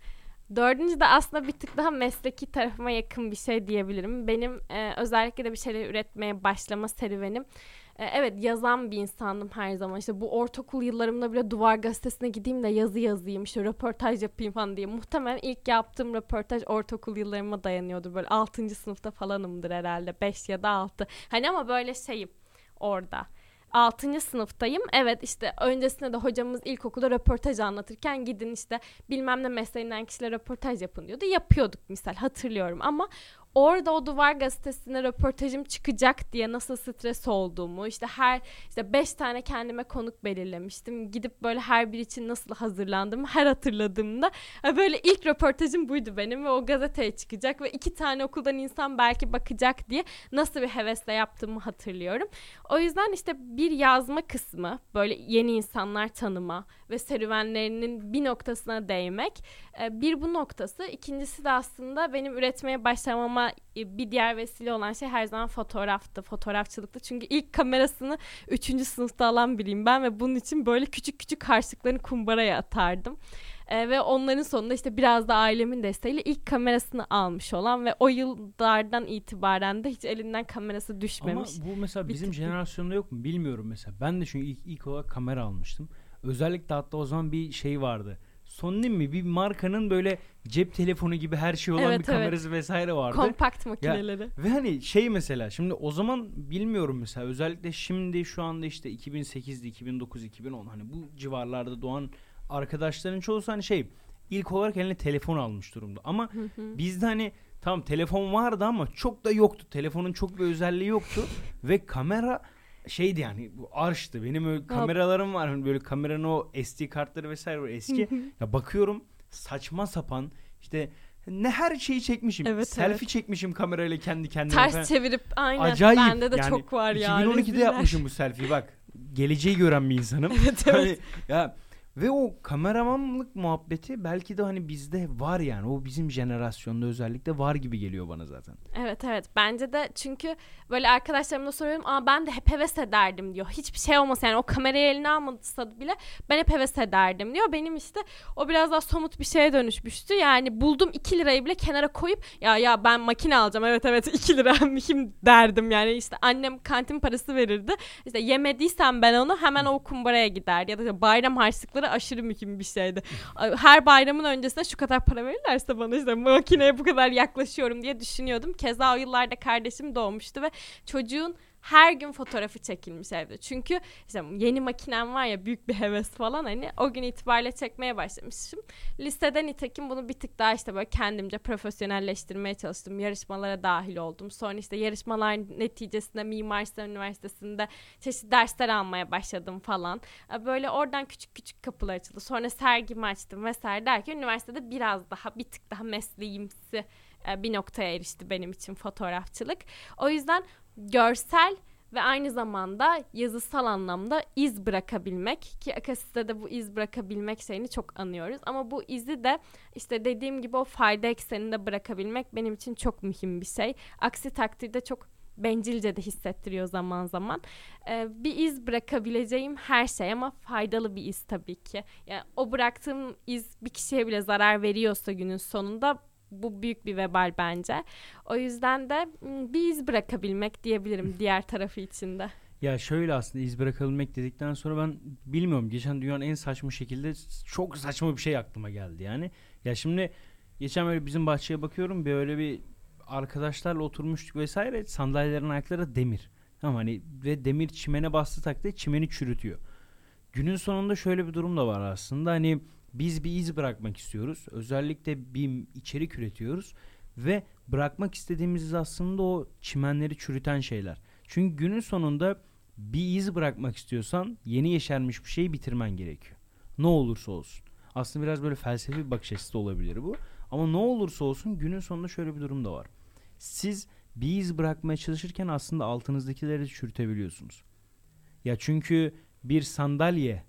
Dördüncü de aslında bir tık daha mesleki tarafıma yakın bir şey diyebilirim. Benim e, özellikle de bir şeyler üretmeye başlama serüvenim. E, evet, yazan bir insandım her zaman. İşte bu ortaokul yıllarımda bile Duvar Gazetesi'ne gideyim de yazı yazayım, işte röportaj yapayım falan diye. Muhtemelen ilk yaptığım röportaj ortaokul yıllarıma dayanıyordur. Böyle altıncı sınıfta falanımdır herhalde. beş ya da altı. Hani ama böyle şeyim orada. altıncı sınıftayım. Evet, işte öncesinde de hocamız ilkokulda röportaj anlatırken gidin işte bilmem ne mesleğinden kişilere röportaj yapın diyordu. Yapıyorduk misal, hatırlıyorum ama orada o Duvar Gazetesi'ne röportajım çıkacak diye nasıl stres olduğumu, işte her işte beş tane kendime konuk belirlemiştim. Gidip böyle her bir için nasıl hazırlandığımı her hatırladığımda böyle ilk röportajım buydu benim ve o gazeteye çıkacak ve iki tane okuldan insan belki bakacak diye nasıl bir hevesle yaptığımı hatırlıyorum. O yüzden işte bir yazma kısmı, böyle yeni insanlar tanıma ve serüvenlerinin bir noktasına değmek. Bir bu noktası. İkincisi de aslında benim üretmeye başlamama bir diğer vesile olan şey her zaman fotoğraftı, fotoğrafçılıktı. Çünkü ilk kamerasını üçüncü sınıfta alan biriyim ben ve bunun için böyle küçük küçük harçlıklarını kumbaraya atardım. Ee, ve onların sonunda işte biraz da ailemin desteğiyle ilk kamerasını almış olan ve o yıllardan itibaren de hiç elinden kamerası düşmemiş. Ama bu mesela bizim Bitti. jenerasyonda yok mu bilmiyorum mesela. Ben de çünkü ilk, ilk olarak kamera almıştım. Özellikle hatta o zaman bir şey vardı. Sony mi bir markanın böyle cep telefonu gibi her şey olan Evet, bir kamerası evet. vesaire vardı. Kompakt makineleri. Ve hani şey mesela şimdi o zaman bilmiyorum mesela özellikle şimdi şu anda işte iki bin sekizde iki bin dokuz iki bin on hani bu civarlarda doğan arkadaşların çoğusu hani şey ilk olarak eline telefon almış durumda. Ama bizde hani tamam telefon vardı ama çok da yoktu. Telefonun çok bir özelliği yoktu ve kamera şeydi yani bu arştı. Benim öyle kameralarım var. Hani böyle kameranın o S D kartları vesaire var eski. Ya bakıyorum saçma sapan işte ne her şeyi çekmişim. Evet, Selfie evet. çekmişim kamerayla kendi kendime. Ters falan. çevirip aynen. Acayip. Bende de yani çok var ya. iki bin on ikide reziller. yapmışım bu selfie'yi bak. Geleceği gören bir insanım. Evet, evet. Hani, ya ve o kameramanlık muhabbeti belki de hani bizde var yani. O bizim jenerasyonda özellikle var gibi geliyor bana zaten. Evet evet bence de, çünkü böyle arkadaşlarımla soruyorum, aa ben de hep heves ederdim diyor. Hiçbir şey olmasa yani o kamerayı eline almasa bile ben hep heves ederdim diyor. Benim işte o biraz daha somut bir şeye dönüşmüştü. Yani buldum iki lirayı bile kenara koyup ya ya ben makine alacağım, evet evet iki lira mühim derdim. Yani işte annem kantin parası verirdi. İşte yemediysem ben onu hemen o kumbaraya giderdi. Ya da işte bayram harçlıkları aşırı mühim bir şeydi. Her bayramın öncesinde şu kadar para verirlerse bana işte makineye bu kadar yaklaşıyorum diye düşünüyordum. Keza o yıllarda kardeşim doğmuştu ve çocuğun her gün fotoğrafı çekilmiş evde. Çünkü işte yeni makinem var ya, büyük bir heves falan, hani o gün itibariyle çekmeye başlamışım. Lisede nitekim bunu bir tık daha işte böyle kendimce profesyonelleştirmeye çalıştım. Yarışmalara dahil oldum. Sonra işte yarışmalar neticesinde Mimar Sinan Üniversitesi'nde çeşitli dersler almaya başladım falan. Böyle oradan küçük küçük kapılar açıldı. Sonra sergimi açtım vesaire derken üniversitede biraz daha bir tık daha mesleğimsi bir noktaya erişti benim için fotoğrafçılık. O yüzden görsel ve aynı zamanda yazısal anlamda iz bırakabilmek, ki Akasis'te de bu iz bırakabilmek şeyini çok anıyoruz. Ama bu izi de işte dediğim gibi o fayda ekseninde bırakabilmek benim için çok mühim bir şey. Aksi takdirde çok bencilce de hissettiriyor zaman zaman. Ee, bir iz bırakabileceğim her şey ama faydalı bir iz tabii ki. Yani o bıraktığım iz bir kişiye bile zarar veriyorsa günün sonunda bu büyük bir vebal bence. O yüzden de bir iz bırakabilmek diyebilirim diğer tarafı içinde. Ya şöyle aslında iz bırakabilmek dedikten sonra ben bilmiyorum, geçen dünyanın en saçma şekilde çok saçma bir şey aklıma geldi yani. Ya şimdi geçen böyle bizim bahçeye bakıyorum, böyle bir arkadaşlarla oturmuştuk vesaire, sandalyelerin ayakları demir. Tamam hani ve demir çimene bastığı takdirde çimeni çürütüyor. Günün sonunda şöyle bir durum da var aslında, hani biz bir iz bırakmak istiyoruz. Özellikle bir içerik üretiyoruz ve bırakmak istediğimiz iz aslında o çimenleri çürüten şeyler. Çünkü günün sonunda bir iz bırakmak istiyorsan yeni yeşermiş bir şeyi bitirmen gerekiyor. Ne olursa olsun. Aslında biraz böyle felsefi bir bakış açısı da olabilir bu. Ama ne olursa olsun günün sonunda şöyle bir durum da var. Siz bir iz bırakmaya çalışırken aslında altınızdakileri de çürütebiliyorsunuz. Ya çünkü bir sandalye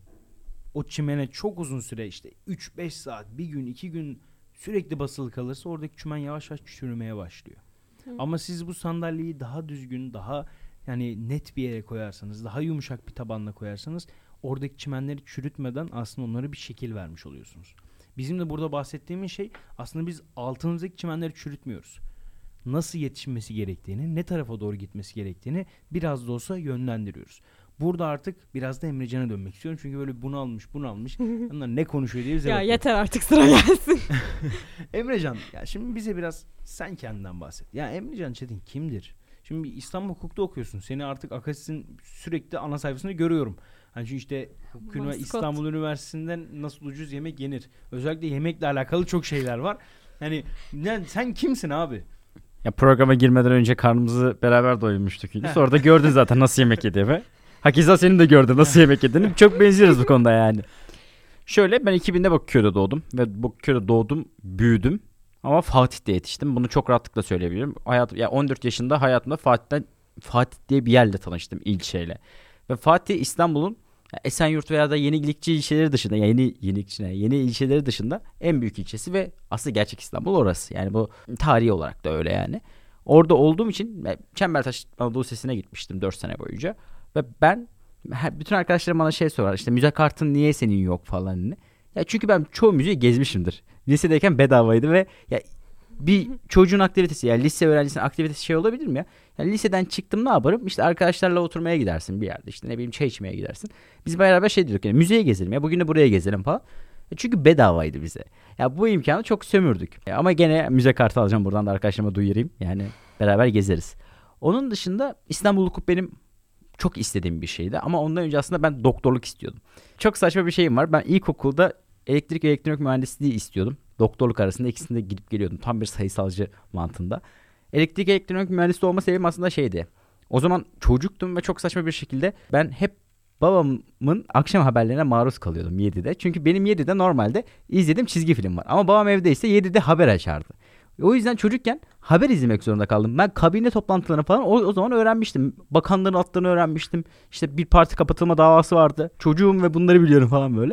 o çimene çok uzun süre, işte üç beş saat, bir gün, iki gün sürekli basılı kalırsa oradaki çimen yavaş yavaş çürümeye başlıyor. Hı. Ama siz bu sandalyeyi daha düzgün, daha yani net bir yere koyarsanız, daha yumuşak bir tabanla koyarsanız oradaki çimenleri çürütmeden aslında onlara bir şekil vermiş oluyorsunuz. Bizim de burada bahsettiğimiz şey aslında biz altımızdaki çimenleri çürütmüyoruz. Nasıl yetişmesi gerektiğini, ne tarafa doğru gitmesi gerektiğini biraz da olsa yönlendiriyoruz. Burada artık biraz da Emrecan'a dönmek istiyorum. Çünkü böyle bunu almış, bunu almış. Onlar ne konuşuyor diye bize Ya bakıyor. yeter artık, sıra gelsin. Emrecan, ya şimdi bize biraz sen kendinden bahset. Ya Emrecan Çetin kimdir? Şimdi İstanbul Hukuk'ta okuyorsun. Seni artık Akasis'in sürekli ana sayfasında görüyorum. Hani şu işte Hukuk Ünivers- İstanbul Üniversitesi'nden nasıl ucuz yemek yenir? Özellikle yemekle alakalı çok şeyler var. Hani yani sen kimsin abi? Ya programa girmeden önce karnımızı beraber doyurmuştuk. Sonra da gördün zaten nasıl yemek yediğimi. Hakeza senin de gördün nasıl yemek yediğini. Çok benziyoruz bu konuda yani. Şöyle, ben iki binde Bakırköy'de doğdum. Ve Bakırköy'de doğdum, büyüdüm. Ama Fatih'te yetiştim. Bunu çok rahatlıkla söyleyebilirim. Hayat, ya on dört yaşında hayatımda Fatih'ten Fatih diye bir yerle tanıştım, ilçeyle. Ve Fatih İstanbul'un Esenyurt veya da Yenilikçi ilçeleri dışında, yani yeni Yenilikçi ne? Yeni ilçeleri dışında en büyük ilçesi ve aslında gerçek İstanbul orası. Yani bu tarihi olarak da öyle yani. Orada olduğum için Çembertaş Anadolu Lisesi'ne gitmiştim dört sene boyunca. Ve ben, bütün arkadaşlarım bana şey sorar, işte müze kartın niye senin yok falan. Ya çünkü ben çoğu müzeyi gezmişimdir. Lisedeyken bedavaydı ve ya bir çocuğun aktivitesi, yani lise öğrencisinin aktivitesi şey olabilir mi ya? Yani liseden çıktım, ne yaparım? İşte arkadaşlarla oturmaya gidersin bir yerde, işte ne bileyim çay içmeye gidersin. Biz beraber şey diyorduk, yani müzeye gezelim ya, bugün de buraya gezelim falan. Ya çünkü bedavaydı bize. Ya bu imkanı çok sömürdük. Ya ama gene müze kartı alacağım, buradan da arkadaşlarıma duyurayım. Yani beraber gezeriz. Onun dışında İstanbul Hukuk benim çok istediğim bir şeydi. Ama ondan önce aslında ben doktorluk istiyordum. Çok saçma bir şeyim var. Ben ilkokulda elektrik elektronik mühendisliği istiyordum. Doktorluk arasında ikisinde gidip geliyordum. Tam bir sayısalcı mantığında. Elektrik elektronik mühendisliği olma sebebim aslında şeydi. O zaman çocuktum ve çok saçma bir şekilde ben hep babamın akşam haberlerine maruz kalıyordum yedide. Çünkü benim yedide normalde izlediğim çizgi film var. Ama babam evdeyse yedide haber açardı. O yüzden çocukken haber izlemek zorunda kaldım. Ben kabine toplantılarını falan o, o zaman öğrenmiştim. Bakanların adlarını öğrenmiştim. İşte bir parti kapatılma davası vardı. Çocuğum ve bunları biliyorum falan böyle.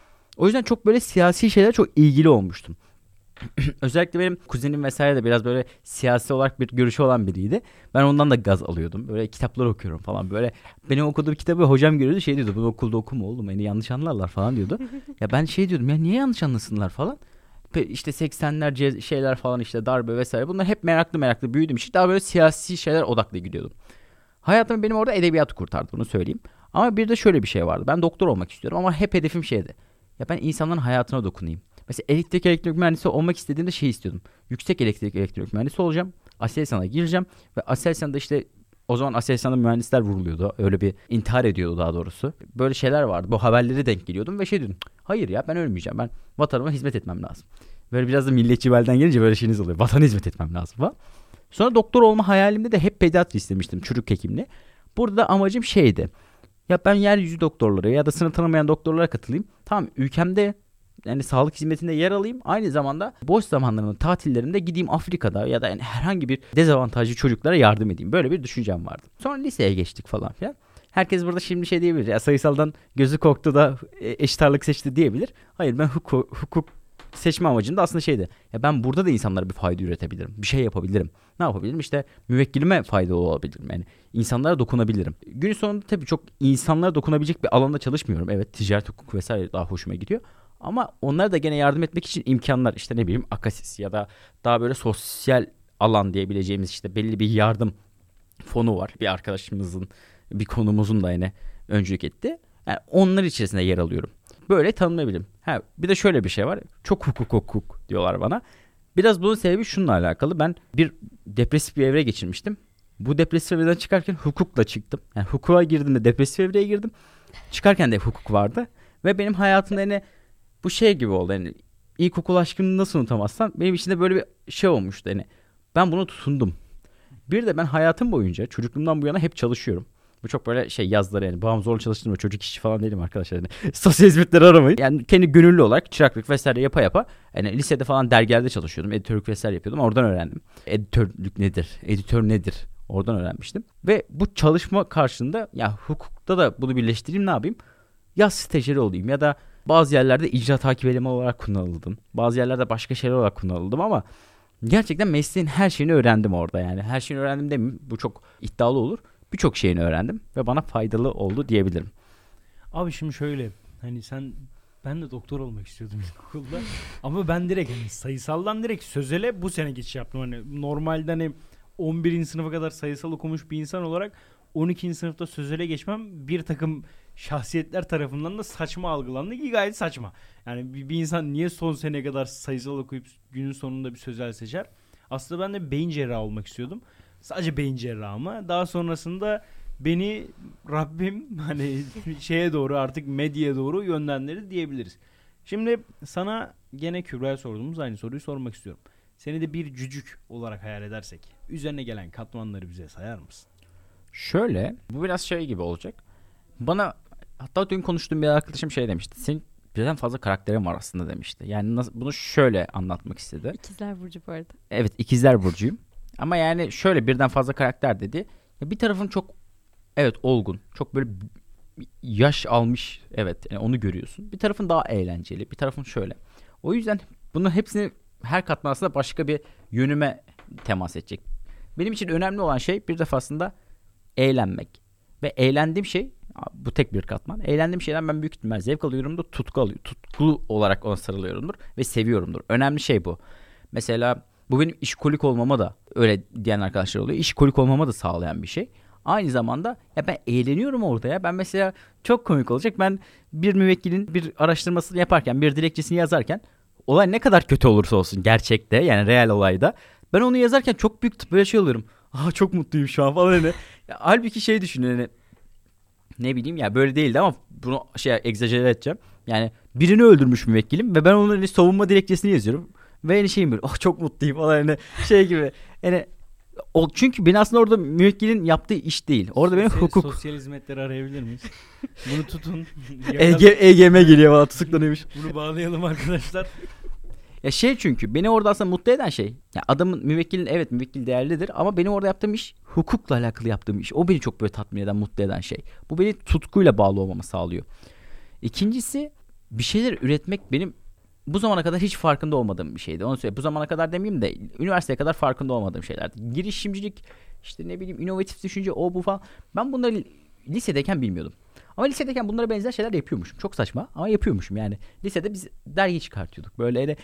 O yüzden çok böyle siyasi şeyler çok ilgili olmuştum. Özellikle benim kuzenim vesaire de biraz böyle siyasi olarak bir görüşü olan biriydi. Ben ondan da gaz alıyordum. Böyle kitaplar okuyorum falan böyle. Benim okuduğum kitabı hocam görüyordu, şey diyordu. Bunu okulda okuma oğlum, beni yanlış anlarlar falan diyordu. Ya ben şey diyordum, ya niye yanlış anlasınlar falan. İşte seksenler ce- şeyler falan, işte darbe vesaire. Bunlar hep meraklı meraklı büyüdüm. İşte daha böyle siyasi şeyler odaklı gidiyordum. Hayatım benim orada edebiyatı kurtardı, bunu söyleyeyim. Ama bir de şöyle bir şey vardı. Ben doktor olmak istiyorum ama hep hedefim şeydi. Ya ben insanların hayatına dokunayım. Mesela elektrik elektronik mühendisi olmak istediğimde şey istiyordum. Yüksek elektrik elektronik mühendisi olacağım. Aselsan'a gireceğim. Ve Aselsan'da işte o zaman Aselsan'da mühendisler vuruluyordu. Öyle bir intihar ediyordu daha doğrusu. Böyle şeyler vardı. Bu haberlere denk geliyordum ve şey diyordum. Hayır ya, ben ölmeyeceğim. Ben vatanıma hizmet etmem lazım. Böyle biraz da milliyetçi belden gelince böyle şeyiniz oluyor. Vatana hizmet etmem lazım falan. Sonra doktor olma hayalimde de hep pediatri istemiştim. Çocuk hekimliği. Burada da amacım şeydi. Ya ben yeryüzü doktorları ya da sınır tanımayan doktorlara katılayım. Tamam, ülkemde yani sağlık hizmetinde yer alayım. Aynı zamanda boş zamanlarımın tatillerinde gideyim Afrika'da ya da yani herhangi bir dezavantajlı çocuklara yardım edeyim. Böyle bir düşüncem vardı. Sonra liseye geçtik falan filan. Herkes burada şimdi şey diyebilir. Ya sayısaldan gözü korktu da eşit ağırlık seçti diyebilir. Hayır, ben hukuk, hukuk seçme amacında aslında şeydi. Ya ben burada da insanlara bir fayda üretebilirim. Bir şey yapabilirim. Ne yapabilirim? İşte müvekkilime faydalı olabilirim. Yani insanlara dokunabilirim. Günün sonunda tabii çok insanlara dokunabilecek bir alanda çalışmıyorum. Evet, ticaret hukuk vesaire daha hoşuma gidiyor. Ama onlara da gene yardım etmek için imkanlar, işte ne bileyim Akasis ya da daha böyle sosyal alan diyebileceğimiz işte belli bir yardım fonu var. Bir arkadaşımızın, bir konumuzun da yine öncülük etti. Yani onlar içerisinde yer alıyorum. Böyle tanımlayabilirim. Ha, bir de şöyle bir şey var. Çok hukuk hukuk diyorlar bana. Biraz bunun sebebi şununla alakalı. Ben bir depresif bir evre geçirmiştim. Bu depresif evreden çıkarken hukukla çıktım. Yani hukuka girdiğimde depresif evreye girdim. Çıkarken de hukuk vardı. Ve benim hayatımda yine bu şey gibi oldu. Yani ilkokul aşkını nasıl unutamazsam benim içinde böyle bir şey olmuştu. Yani ben buna tutundum. Bir de ben hayatım boyunca çocukluğumdan bu yana hep çalışıyorum. Bu çok böyle şey yazları, yani babam zorla çalıştırmıyor, çocuk işçi falan değilim arkadaşlar. Yani sosyal hizmetleri aramayın. Yani kendi gönüllü olarak çıraklık vesaire yapa yapa. Yani lisede falan dergilerde çalışıyordum. Editörlük vesaire yapıyordum. Oradan öğrendim. Editörlük nedir? Editör nedir? Oradan öğrenmiştim. Ve bu çalışma karşılığında ya hukukta da bunu birleştireyim, ne yapayım? Ya stajyeri olayım ya da bazı yerlerde icra takip elemanı olarak kullanıldım. Bazı yerlerde başka şeyler olarak kullanıldım ama gerçekten mesleğin her şeyini öğrendim orada yani. Her şeyini öğrendim demeyeyim. Bu çok iddialı olur. Birçok şeyini öğrendim ve bana faydalı oldu diyebilirim. Abi şimdi şöyle, hani sen Ben de doktor olmak istiyordum ilkokulda. Ama ben direkt hani sayısaldan direkt sözele bu sene geçiş yaptım. Hani normalde hani on birinci sınıfa kadar sayısal okumuş bir insan olarak on ikinci sınıfta sözele geçmem bir takım şahsiyetler tarafından da saçma algılandı ki gayet saçma. Yani bir, bir insan niye son seneye kadar sayısal okuyup günün sonunda bir sözel seçer? Aslında ben de beyin cerrahı olmak istiyordum. Sadece beyin cerrahı ama daha sonrasında beni Rabbim hani şeye doğru artık medyaya doğru yönlendirdi diyebiliriz. Şimdi sana gene Kübra'ya sorduğumuz aynı soruyu sormak istiyorum. Seni de bir cücük olarak hayal edersek üzerine gelen katmanları bize sayar mısın? Şöyle, bu biraz şey gibi olacak. Bana hatta dün konuştuğum bir arkadaşım şey demişti. Senin birden fazla karakterin var aslında demişti. Yani nasıl, bunu şöyle anlatmak istedi. İkizler Burcu bu arada. Evet, ikizler burcuyum. Ama yani şöyle birden fazla karakter dedi. Ya bir tarafın çok evet olgun, çok böyle yaş almış, evet yani onu görüyorsun. Bir tarafın daha eğlenceli, bir tarafın şöyle. O yüzden bunun hepsini her katman aslında başka bir yönüme temas edecek. Benim için önemli olan şey bir defasında eğlenmek. Ve eğlendiğim şey, bu tek bir katman. Eğlendiğim şeyden ben büyük ihtimal zevk alıyorumdur, tutku alıyor, tutku olarak ona sarılıyorumdur ve seviyorumdur. Önemli şey bu. Mesela bu benim işkolik olmama da, öyle diyen arkadaşlar oluyor, işkolik olmama da sağlayan bir şey. Aynı zamanda ya ben eğleniyorum orada ya. Ben mesela çok komik olacak. Ben bir müvekkilin bir araştırmasını yaparken, bir dilekçesini yazarken olay ne kadar kötü olursa olsun gerçekte, yani real olayda, ben onu yazarken çok büyük böyle şey oluyorum. Aa çok mutluyum şu an falan hani. Ya, halbuki şey düşünüyorum hani, ne bileyim ya böyle değildi ama bunu şey egzajere edeceğim. Yani birini öldürmüş müvekkilim ve ben onun hani savunma dilekçesini yazıyorum. Ve hani şeyim böyle oh çok mutluyum falan hani şey gibi. Yani o, çünkü beni aslında orada müvekkilin yaptığı iş değil. Orada benim Sosyal, hukuk. Sosyal hizmetleri arayabilir miyiz? Bunu tutun. E G, E G M geliyor bana, tutuklanıyormuş. Bunu bağlayalım arkadaşlar. Ya şey, çünkü beni orada aslında mutlu eden şey. Ya adamın, müvekkilin, evet müvekkil değerlidir ama benim orada yaptığım iş hukukla alakalı yaptığım iş. O beni çok böyle tatmin eden, mutlu eden şey. Bu beni tutkuyla bağlı olmamı sağlıyor. İkincisi, bir şeyler üretmek benim bu zamana kadar hiç farkında olmadığım bir şeydi. Onu söyleyeyim. Bu zamana kadar demeyeyim de üniversiteye kadar farkında olmadığım şeylerdi. Girişimcilik, işte ne bileyim inovatif düşünce, o bu falan. Ben bunları lisedeyken bilmiyordum. Ama lisedeyken bunlara benzer şeyler yapıyormuşum. Çok saçma ama yapıyormuşum yani. Lisede biz dergi çıkartıyorduk. Böyle öyle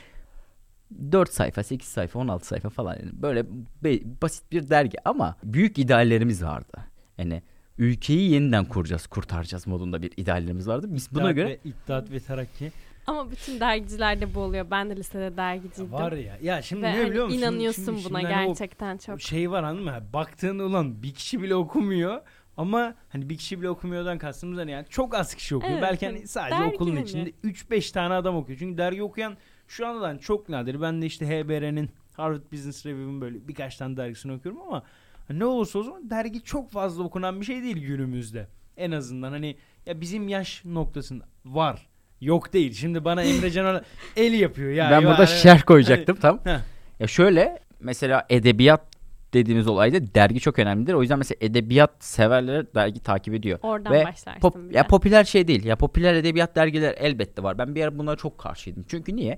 dört sayfa, sekiz sayfa, on altı sayfa falan. Yani böyle be- basit bir dergi ama büyük ideallerimiz vardı. Yani ülkeyi yeniden kuracağız, kurtaracağız modunda bir ideallerimiz vardı. Biz buna İttihat göre ve, İttihat ve Terakki. Ama bütün dergicilerde bu oluyor. Ben de lisede dergiciydim. Var ya. Ya şimdi Ve ne hani biliyor musun? inanıyorsun Şimdi- buna şimdi hani o- gerçekten çok. O şey var anladın mı? Baktığında ulan bir kişi bile okumuyor ama hani bir kişi bile okumuyordan kastımız hani yani çok az kişi okuyor. Evet, Belki hani hani sadece dergi okulun hani. içinde üç beş tane adam okuyor. Çünkü dergi okuyan şu anda hani çok nadir. Ben de işte H B R'nin, Harvard Business Review'un böyle birkaç tane dergisini okuyorum ama ne olursa olsun dergi çok fazla okunan bir şey değil günümüzde. En azından hani ya bizim yaş noktasında var. Yok değil. Şimdi bana Emre Can el yapıyor ya. ben ya, burada hani- şerh koyacaktım tam. Heh. Ya şöyle, mesela edebiyat dediğimiz olayda dergi çok önemlidir. O yüzden mesela edebiyat severler dergi takip ediyor. Oradan Ve başlarsın Pop, bir ya de. popüler şey değil. Ya popüler edebiyat dergiler elbette var. Ben bir ara bunlara çok karşıydım. Çünkü niye?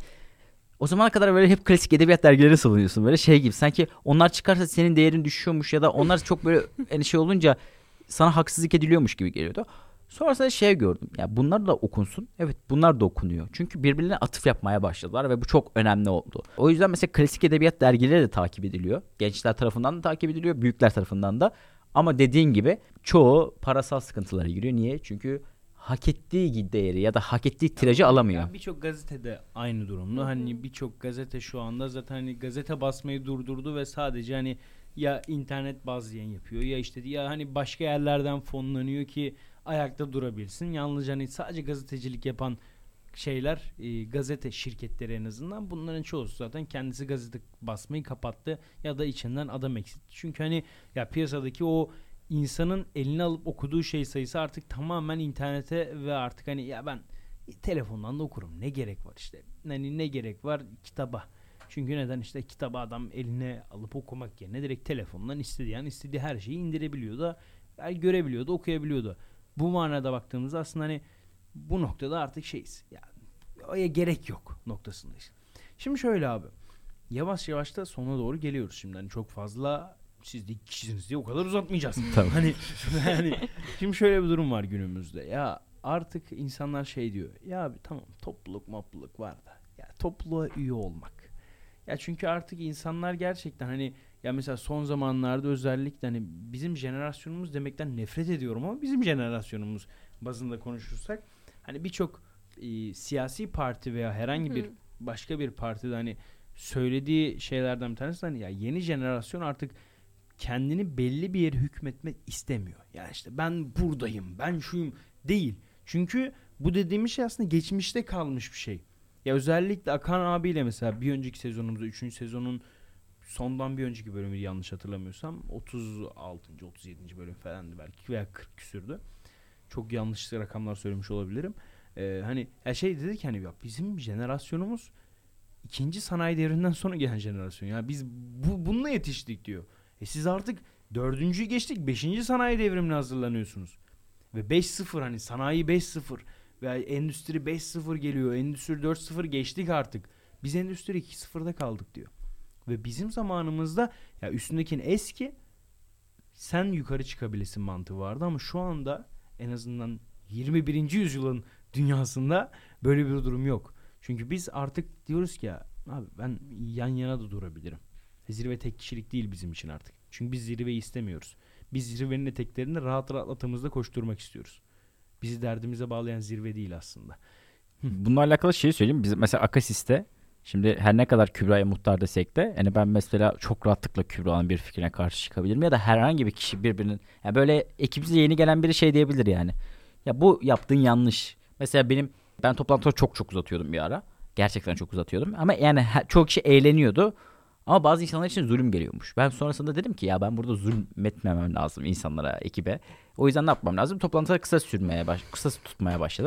O zamana kadar böyle hep klasik edebiyat dergileri savunuyorsun. Böyle şey gibi. Sanki onlar çıkarsa senin değerin düşüyormuş ya da onlar çok böyle hani şey olunca sana haksızlık ediliyormuş gibi geliyordu. Sonrasında şey gördüm. Ya bunlar da okunsun. Evet, bunlar da okunuyor. Çünkü birbirine atıf yapmaya başladılar ve bu çok önemli oldu. O yüzden mesela klasik edebiyat dergileri de takip ediliyor. Gençler tarafından da takip ediliyor, büyükler tarafından da. Ama dediğin gibi çoğu parasal sıkıntılara giriyor. Niye? Çünkü hak ettiği değeri ya da hak ettiği tirajı alamıyor. Ya birçok gazetede aynı durumda. Hani birçok gazete şu anda zaten hani gazete basmayı durdurdu ve sadece hani ya internet bazlı yayın yapıyor ya işte ya hani başka yerlerden fonlanıyor ki ayakta durabilsin. Yalnızca hani sadece gazetecilik yapan şeyler, e, gazete şirketleri en azından bunların çoğusu zaten kendisi gazete basmayı kapattı ya da içinden adam eksiltti. Çünkü hani ya piyasadaki o insanın eline alıp okuduğu şey sayısı artık tamamen internete ve artık hani ya ben telefondan da okurum. Ne gerek var işte. Hani ne gerek var kitaba. Çünkü neden işte kitabı adam eline alıp okumak yerine direkt telefondan istediği an istediği her şeyi indirebiliyor da yani görebiliyor da okuyabiliyor da. Bu manada baktığımızda aslında hani bu noktada artık şeyiz. Yani oya gerek yok noktasındayız. Şimdi şöyle abi. Yavaş yavaş da sona doğru geliyoruz şimdi. Hani çok fazla siz de iki kişisiniz diye o kadar uzatmayacağız. Tamam. Hani yani şimdi şöyle bir durum var günümüzde. Ya artık insanlar şey diyor. Ya abi tamam topluluk mutluluk var da. Ya topluluğa üye olmak. Ya çünkü artık insanlar gerçekten hani ya mesela son zamanlarda özellikle hani bizim jenerasyonumuz demekten nefret ediyorum ama bizim jenerasyonumuz bazında konuşursak hani birçok e, siyasi parti veya herhangi Hı hı. bir başka bir partide hani söylediği şeylerden bir tanesi hani ya yeni jenerasyon artık kendini belli bir yere hükmetmek istemiyor. Yani işte ben buradayım, ben şuyum değil. Çünkü bu dediğimiz şey aslında geçmişte kalmış bir şey. Ya özellikle Akan abiyle mesela bir önceki sezonumuzda üçüncü sezonun sondan bir önceki bölümü yanlış hatırlamıyorsam otuz altıncı otuz yedinci bölüm falandı belki veya kırk küsürdü. Çok yanlış rakamlar söylemiş olabilirim. Ee, hani ya şey dedik hani ya bizim jenerasyonumuz ikinci sanayi devrinden sonra gelen jenerasyon. Ya biz bu, bununla yetiştik diyor. E siz artık dördüncüyü geçtik. Beşinci sanayi devrimine hazırlanıyorsunuz. Ve beş sıfır hani sanayi beş sıfır veya endüstri beş sıfır geliyor. Endüstri dört sıfır geçtik artık. Biz endüstri iki sıfırda kaldık diyor. Ve bizim zamanımızda ya üstündekinin eski sen yukarı çıkabilirsin mantığı vardı ama şu anda en azından yirmi birinci yüzyılın dünyasında böyle bir durum yok. Çünkü biz artık diyoruz ki ya abi ben yan yana da durabilirim. Zirve tek kişilik değil bizim için artık. Çünkü biz zirveyi istemiyoruz. Biz zirvenin eteklerinde rahat rahat atımızda koşturmak istiyoruz. Bizi derdimize bağlayan zirve değil aslında. Bununla alakalı şeyi söyleyeyim. Biz mesela Akasis'te şimdi her ne kadar Kübra'ya muhtar desek de yani ben mesela çok rahatlıkla Kübra'nın bir fikrine karşı çıkabilirim ya da herhangi bir kişi birbirinin yani böyle ekibimize yeni gelen biri şey diyebilir yani. Ya bu yaptığın yanlış. Mesela benim ben toplantıları çok çok uzatıyordum bir ara. Gerçekten çok uzatıyordum ama yani her, çoğu kişi eğleniyordu. Ama bazı insanlar için zulüm geliyormuş. Ben sonrasında dedim ki ya ben burada zulmetmemem lazım insanlara, ekibe. O yüzden ne yapmam lazım? Toplantıları kısa sürmeye baş, kısa tutmaya başladım.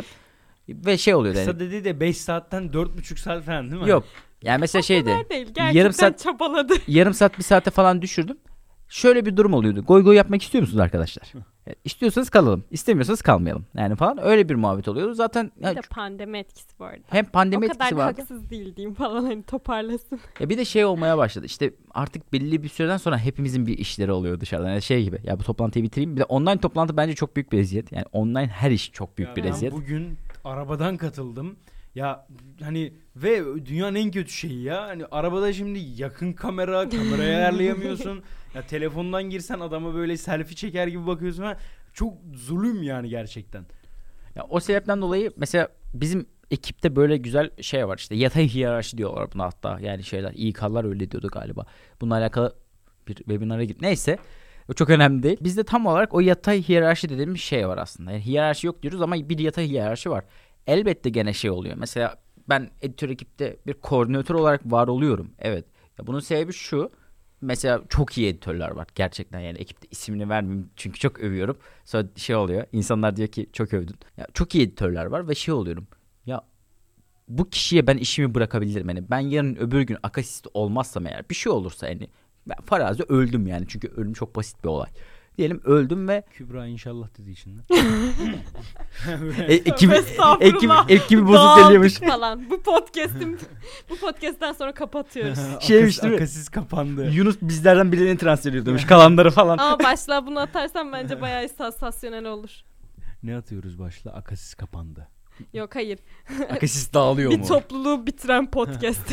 Ve şey oluyor Kısa yani. dediği de beş saatten dört buçuk saat falan değil mi? Yok. Yani mesela şeydi. Değil, gerçekten yarım saat çabaladı. yarım saat bir saate falan düşürdüm. Şöyle bir durum oluyordu. Goy goy yapmak istiyor musunuz arkadaşlar? Yani istiyorsanız kalalım. İstemiyorsanız kalmayalım. Yani falan öyle bir muhabbet oluyordu. Zaten Bir ya, de pandemi etkisi bu arada. hem pandemi O kadar etkisi da vardı. haksız değil diyeyim falan hani toparlasın. Ya bir de şey olmaya başladı. İşte artık belli bir süreden sonra hepimizin bir işleri oluyor dışarıdan. Yani şey gibi. Ya bu toplantıyı bitireyim. Bir de online toplantı bence çok büyük bir eziyet. Yani online her iş çok büyük Ya bir ben eziyet. bugün arabadan katıldım. Ya hani ve dünyanın en kötü şeyi ya. Hani arabada şimdi yakın kamera, kamerayı ayarlayamıyorsun. Ya telefondan girsen adama böyle selfie çeker gibi bakıyorsun. Ha. Çok zulüm yani gerçekten. Ya o sebepten dolayı mesela bizim ekipte böyle güzel şey var işte yatay hiyerarşi diyorlar buna hatta yani şeyler İK'lar öyle diyordu galiba. Bununla alakalı bir webinara git. Neyse o çok önemli değil. Bizde tam olarak o yatay hiyerarşi dediğimiz şey var aslında. Yani hiyerarşi yok diyoruz ama bir yatay hiyerarşi var. Elbette gene şey oluyor. Mesela ben editör ekipte bir koordinatör olarak var oluyorum. Evet. Ya bunun sebebi şu. Mesela çok iyi editörler var gerçekten yani ekipte ismini vermeyeyim çünkü çok övüyorum. Sonra şey oluyor insanlar diyor ki çok övdün. Ya çok iyi editörler var ve şey oluyorum. Ya bu kişiye ben işimi bırakabilirim yani ben yarın öbür gün Akasist olmazsam eğer bir şey olursa yani ben farazi öldüm yani çünkü ölüm çok basit bir olay. Diyelim öldüm ve Kübra inşallah dediği için. e, ekibi, Estağfurullah. ekibi, ekibi bozuk Dağıldık geliyormuş. falan. Bu podcast'im bu podcast'ten sonra kapatıyoruz. Şeymiş değil mi? Akasist kapandı. Yunus bizlerden birilerini transfer ediyor demiş kalanları falan. Ama başlığa bunu atarsan bence bayağı sansasyonel olur. Ne atıyoruz başla? Akasist kapandı. Yok hayır. Akasist dağılıyor Bir mu? topluluğu bitiren podcast.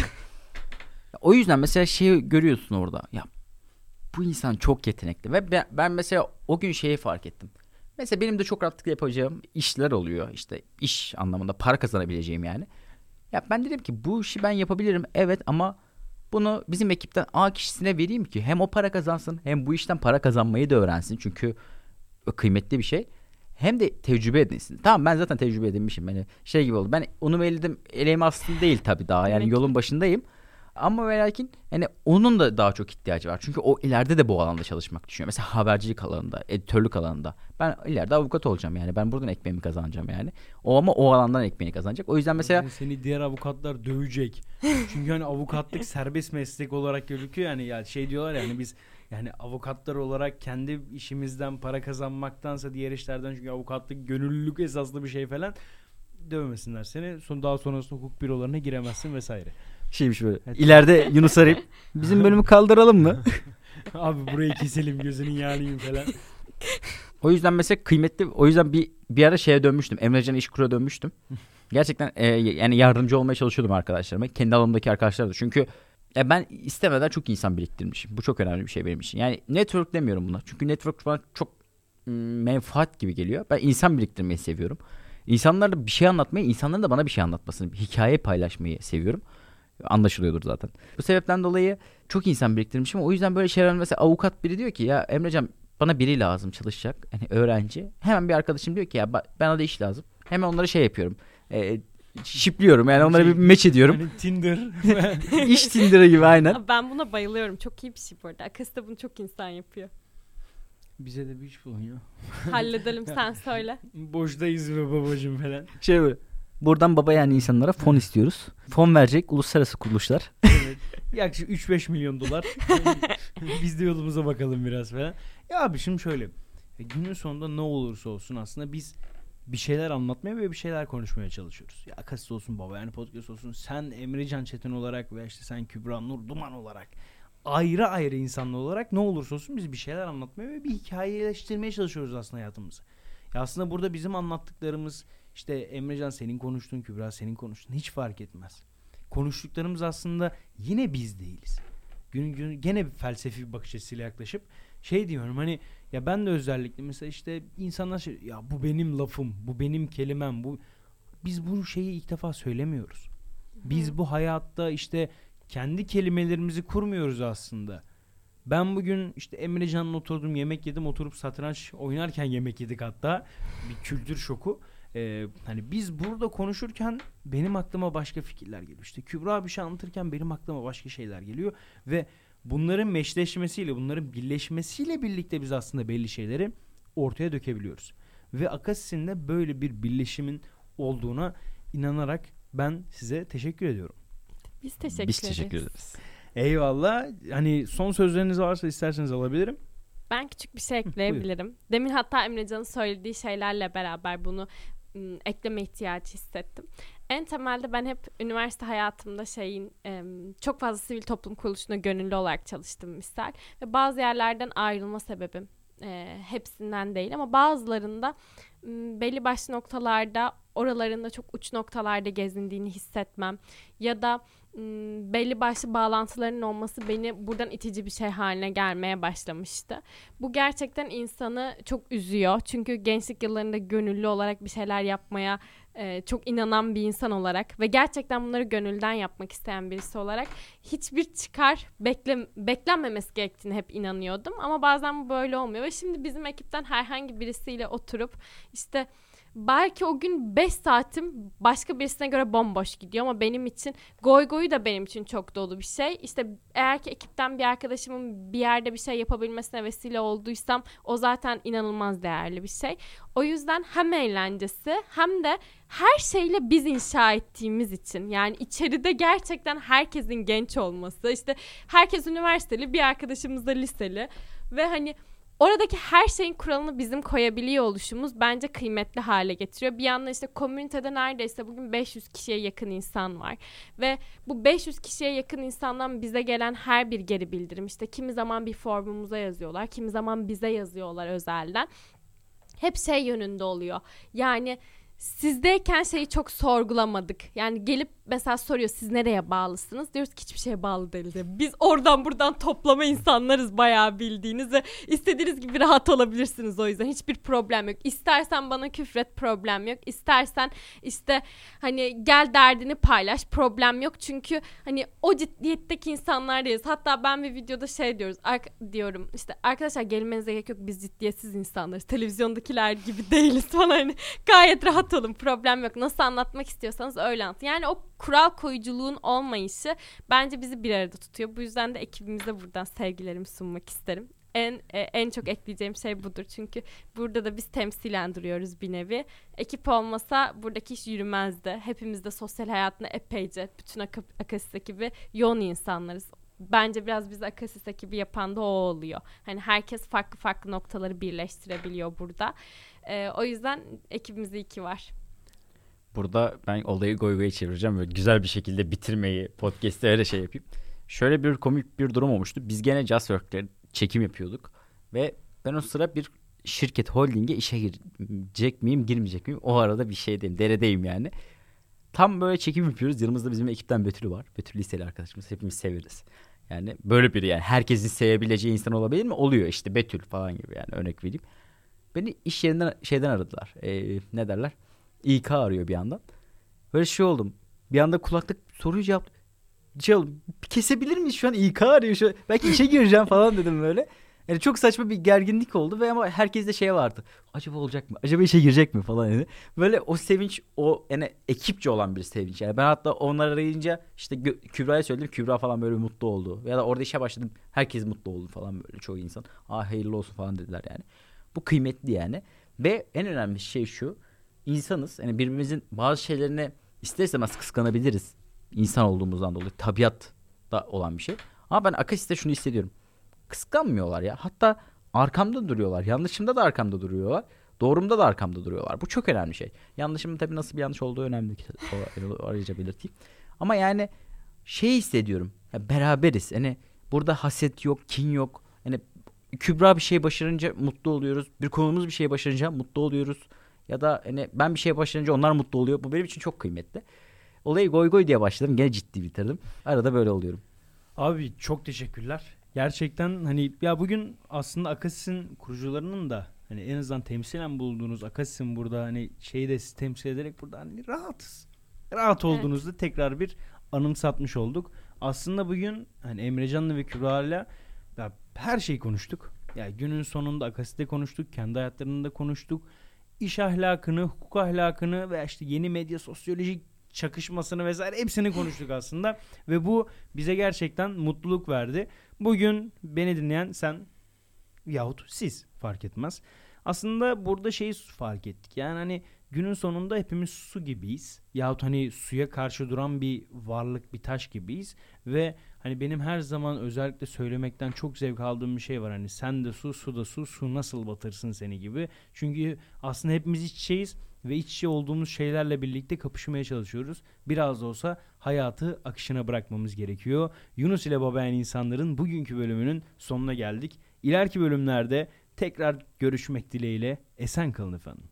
O yüzden mesela şeyi görüyorsun orada. Ya bu insan çok yetenekli ve ben, ben mesela o gün şeyi fark ettim. Mesela benim de çok rahatlıkla yapacağım işler oluyor. İşte iş anlamında para kazanabileceğim yani. Ya ben dedim ki bu işi ben yapabilirim evet ama bunu bizim ekipten A kişisine vereyim ki hem o para kazansın hem bu işten para kazanmayı da öğrensin. Çünkü kıymetli bir şey. Hem de tecrübe edinsin. Tamam ben zaten tecrübe edinmişim. Hani şey gibi oldu. Ben onu eledim. Eleğime aslında değil tabii daha. Yani Evet. yolun başındayım. Ama ve lakin hani onun da daha çok ihtiyacı var. Çünkü o ileride de bu alanda çalışmak düşünüyor. Mesela habercilik alanında, editörlük alanında. Ben ileride avukat olacağım yani. Ben buradan ekmeğimi kazanacağım yani. O ama o alandan ekmeğini kazanacak. O yüzden mesela Yani seni diğer avukatlar dövecek. Çünkü hani avukatlık serbest meslek olarak gözüküyor yani ya şey diyorlar yani biz yani avukatlar olarak kendi işimizden para kazanmaktansa diğer işlerden çünkü avukatlık gönüllülük esaslı bir şey falan dövmesinler seni. Son daha sonrasında hukuk bürolarına giremezsin vesaire. şeymiş böyle. Evet. İleride Yunus arayıp bizim bölümü kaldıralım mı? Abi burayı keselim gözünün yağını falan. O yüzden mesela kıymetli o yüzden bir bir ara şeye dönmüştüm. Emrecan İşkur'a dönmüştüm. Gerçekten e, yani yardımcı olmaya çalışıyordum arkadaşlarıma. Kendi alanımdaki arkadaşlar da. Çünkü e, ben istemeden çok insan biriktirmişim. Bu çok önemli bir şey benim için. Yani network demiyorum buna. Çünkü network bana çok m, menfaat gibi geliyor. Ben insan biriktirmeyi seviyorum. İnsanlarla bir şey anlatmayı, insanların da bana bir şey anlatmasını, bir hikaye paylaşmayı seviyorum. Anlaşılıyordur zaten. Bu sebepten dolayı çok insan biriktirmişim. O yüzden böyle şeyler, mesela avukat biri diyor ki ya Emrecan bana biri lazım çalışacak. Hani öğrenci. Hemen bir arkadaşım diyor ki ya bana da iş lazım. Hemen onları şey yapıyorum. E, şipliyorum yani onlara bir match ediyorum. Hani Tinder. İş Tinder'ı gibi aynen. Ben buna bayılıyorum. Çok iyi bir şey bu arada. Akas'ta bunu çok insan yapıyor. Bize de bir iş bulun ya. Halledelim, sen söyle. Boştayız be babacığım falan. Şey böyle. Buradan baba yani insanlara fon istiyoruz. Fon verecek uluslararası kuruluşlar. Evet. Yaklaşık üç beş milyon dolar. Biz de yolumuza bakalım biraz falan. Ya abi şimdi şöyle. Günün sonunda ne olursa olsun aslında biz bir şeyler anlatmaya ve bir şeyler konuşmaya çalışıyoruz. Ya Akasis olsun, Baba Yani Podcast olsun, sen Emrecan Çetin olarak veya işte sen Kübra Nur Duman olarak, ayrı ayrı insanlar olarak ne olursa olsun biz bir şeyler anlatmaya ve bir hikayeleştirmeye çalışıyoruz aslında hayatımızı. Ya aslında burada bizim anlattıklarımız, işte Emrecan senin konuştuğun, Kübra senin konuştuğun hiç fark etmez. Konuştuklarımız aslında yine biz değiliz. Gün gün gene bir felsefi bir bakış açısıyla yaklaşıp şey diyorum, hani ya ben de özellikle mesela işte insanlar şey, ya bu benim lafım, bu benim kelimem, bu biz bu şeyi ilk defa söylemiyoruz. Biz Hı. bu hayatta işte kendi kelimelerimizi kurmuyoruz aslında. Ben bugün işte Emrecan'la oturdum, yemek yedim, oturup satranç oynarken yemek yedik hatta. Bir kültür şoku. Ee, hani biz burada konuşurken benim aklıma başka fikirler geliyor. İşte Kübra bir şey anlatırken benim aklıma başka şeyler geliyor. Ve bunların meşleşmesiyle, bunların birleşmesiyle birlikte biz aslında belli şeyleri ortaya dökebiliyoruz. Ve Akasis'in de böyle bir birleşimin olduğuna inanarak ben size teşekkür ediyorum. Biz teşekkür Biz ederiz. teşekkür ederiz. Eyvallah. Hani son sözleriniz varsa isterseniz alabilirim. Ben küçük bir şey ekleyebilirim. Demin hatta Emrecan'ın söylediği şeylerle beraber bunu ım, ekleme ihtiyacı hissettim. En temelde ben hep üniversite hayatımda şeyin ım, çok fazla sivil toplum kuruluşuna gönüllü olarak çalıştım misal. Ve bazı yerlerden ayrılma sebebim e, hepsinden değil ama bazılarında ım, belli başlı noktalarda, oralarında çok uç noktalarda gezindiğini hissetmem ya da ım, belli başlı bağlantıların olması beni buradan itici bir şey haline gelmeye başlamıştı. Bu gerçekten insanı çok üzüyor. Çünkü gençlik yıllarında gönüllü olarak bir şeyler yapmaya e, çok inanan bir insan olarak ve gerçekten bunları gönülden yapmak isteyen birisi olarak hiçbir çıkar bekle, beklenmemesi gerektiğini hep inanıyordum. Ama bazen bu böyle olmuyor ve şimdi bizim ekipten herhangi birisiyle oturup işte belki o gün beş saatim başka birisine göre bomboş gidiyor ama benim için goy goyu da benim için çok dolu bir şey. İşte eğer ki ekipten bir arkadaşımın bir yerde bir şey yapabilmesine vesile olduysam o zaten inanılmaz değerli bir şey. O yüzden hem eğlencesi hem de her şeyle biz inşa ettiğimiz için, yani içeride gerçekten herkesin genç olması, işte herkes üniversiteli, bir arkadaşımız da liseli ve hani oradaki her şeyin kuralını bizim koyabiliyor oluşumuz bence kıymetli hale getiriyor. Bir yandan işte komünitede neredeyse bugün beş yüz kişiye yakın insan var. Ve bu beş yüz kişiye yakın insandan bize gelen her bir geri bildirim, işte kimi zaman bir formumuza yazıyorlar, kimi zaman bize yazıyorlar özelden. Hep şey yönünde oluyor. Yani sizdeyken şeyi çok sorgulamadık. Yani gelip mesela soruyor, siz nereye bağlısınız? Diyoruz ki hiçbir şeye bağlı değiliz. Biz oradan buradan toplama insanlarız bayağı bildiğiniz ve istediğiniz gibi rahat olabilirsiniz o yüzden. Hiçbir problem yok. İstersen bana küfret, problem yok. İstersen işte hani gel derdini paylaş, problem yok. Çünkü hani o ciddiyetteki insanlar değiliz. Hatta ben bir videoda şey diyoruz ar- diyorum işte arkadaşlar gelmenize gerek yok, biz ciddiyetsiz insanlarız. Televizyondakiler gibi değiliz falan, hani gayet rahat olun, problem yok. Nasıl anlatmak istiyorsanız öyle anlatın. Yani o kural koyuculuğun olmayışı bence bizi bir arada tutuyor. Bu yüzden de ekibimize buradan sevgilerimi sunmak isterim. En e, en çok ekleyeceğim şey budur. Çünkü burada da biz temsilen duruyoruz bir nevi. Ekip olmasa buradaki iş yürümezdi. Hepimiz de sosyal hayatına epeyce, bütün Ak- Akasis ekibi yoğun insanlarız. Bence biraz bizi Akasis ekibi yapan da o oluyor. Hani herkes farklı farklı noktaları birleştirebiliyor burada. Ee, o yüzden ekibimiz iyi ki var. Burada ben olayı goy goya çevireceğim ve güzel bir şekilde bitirmeyi, podcast'te öyle şey yapayım. Şöyle bir komik bir durum olmuştu. Biz gene Just Work'te çekim yapıyorduk ve ben o sıra bir şirket holdinge işe girecek miyim girmeyecek miyim? O arada bir şeydeyim, deredeyim yani. Tam böyle çekim yapıyoruz. Yanımızda bizim ekipten Betül var. Betül liseli arkadaşımız. Hepimiz severiz. Yani böyle biri yani. Herkesin sevebileceği insan olabilir mi? Oluyor işte Betül falan gibi yani, örnek vereyim. Beni iş yerinden şeyden aradılar. Ee, ne derler? İK arıyor bir yandan. Böyle şey oldum. Bir anda kulaklık soruyu cevap şey oldum. Kesebilir miyiz şu an? İK arıyor şu an. Belki işe gireceğim falan dedim böyle. Yani çok saçma bir gerginlik oldu ve ama herkeste şey vardı. Acaba olacak mı? Acaba işe girecek mi falan yani. Böyle o sevinç, o yani ekipçe olan bir sevinç. Yani ben hatta onlar arayınca işte Gö- Kübra'ya söyledim. Kübra falan böyle mutlu oldu. Ya da orada işe başladım. Herkes mutlu oldu falan böyle, çoğu insan. Aa hayırlı olsun falan dediler yani. Bu kıymetli yani. Ve en önemli şey şu. İnsanız. Yani birbirimizin bazı şeylerine ister istemez kıskanabiliriz. İnsan olduğumuzdan dolayı. Tabiatta olan bir şey. Ama ben Akasis'te şunu hissediyorum. Kıskanmıyorlar ya. Hatta arkamda duruyorlar. Yanlışımda da arkamda duruyorlar. Doğrumda da arkamda duruyorlar. Bu çok önemli şey. Yanlışımın tabii nasıl bir yanlış olduğu önemli. O, ayrıca belirteyim. Ama yani şey hissediyorum. Ya beraberiz. Hani burada haset yok, kin yok. Hani Kübra bir şey başarınca mutlu oluyoruz. Bir konumuz bir şey başarınca mutlu oluyoruz. Ya da hani ben bir şey başarınca onlar mutlu oluyor. Bu benim için çok kıymetli. Olayı goy goy diye başladım. Gene ciddi bitirdim. Arada böyle oluyorum. Abi çok teşekkürler. Gerçekten hani ya bugün aslında Akasis'in kurucularının da hani en azından temsilen bulduğunuz Akasis'in burada hani şeyi de siz temsil ederek burada hani rahatız. Rahat Evet. olduğunuzda tekrar bir anımsatmış olduk. Aslında bugün hani Emrecan'la ve Kübra'yla ya her şeyi konuştuk. Ya günün sonunda Akasis'te konuştuk, kendi hayatlarında konuştuk. İş ahlakını, hukuk ahlakını ve işte yeni medya sosyolojik çakışmasını vesaire hepsini konuştuk aslında ve bu bize gerçekten mutluluk verdi. Bugün beni dinleyen sen yahut siz fark etmez. Aslında burada şeyi fark ettik. Yani hani günün sonunda hepimiz su gibiyiz. Yahut hani suya karşı duran bir varlık, bir taş gibiyiz. Ve hani benim her zaman özellikle söylemekten çok zevk aldığım bir şey var. Hani sen de su, su da su, su nasıl batırsın seni gibi. Çünkü aslında hepimiz iç içeyiz ve iç içe olduğumuz şeylerle birlikte kapışmaya çalışıyoruz. Biraz da olsa hayatı akışına bırakmamız gerekiyor. Yunus ile Babayan insanların bugünkü bölümünün sonuna geldik. İleriki bölümlerde tekrar görüşmek dileğiyle esen kalın efendim.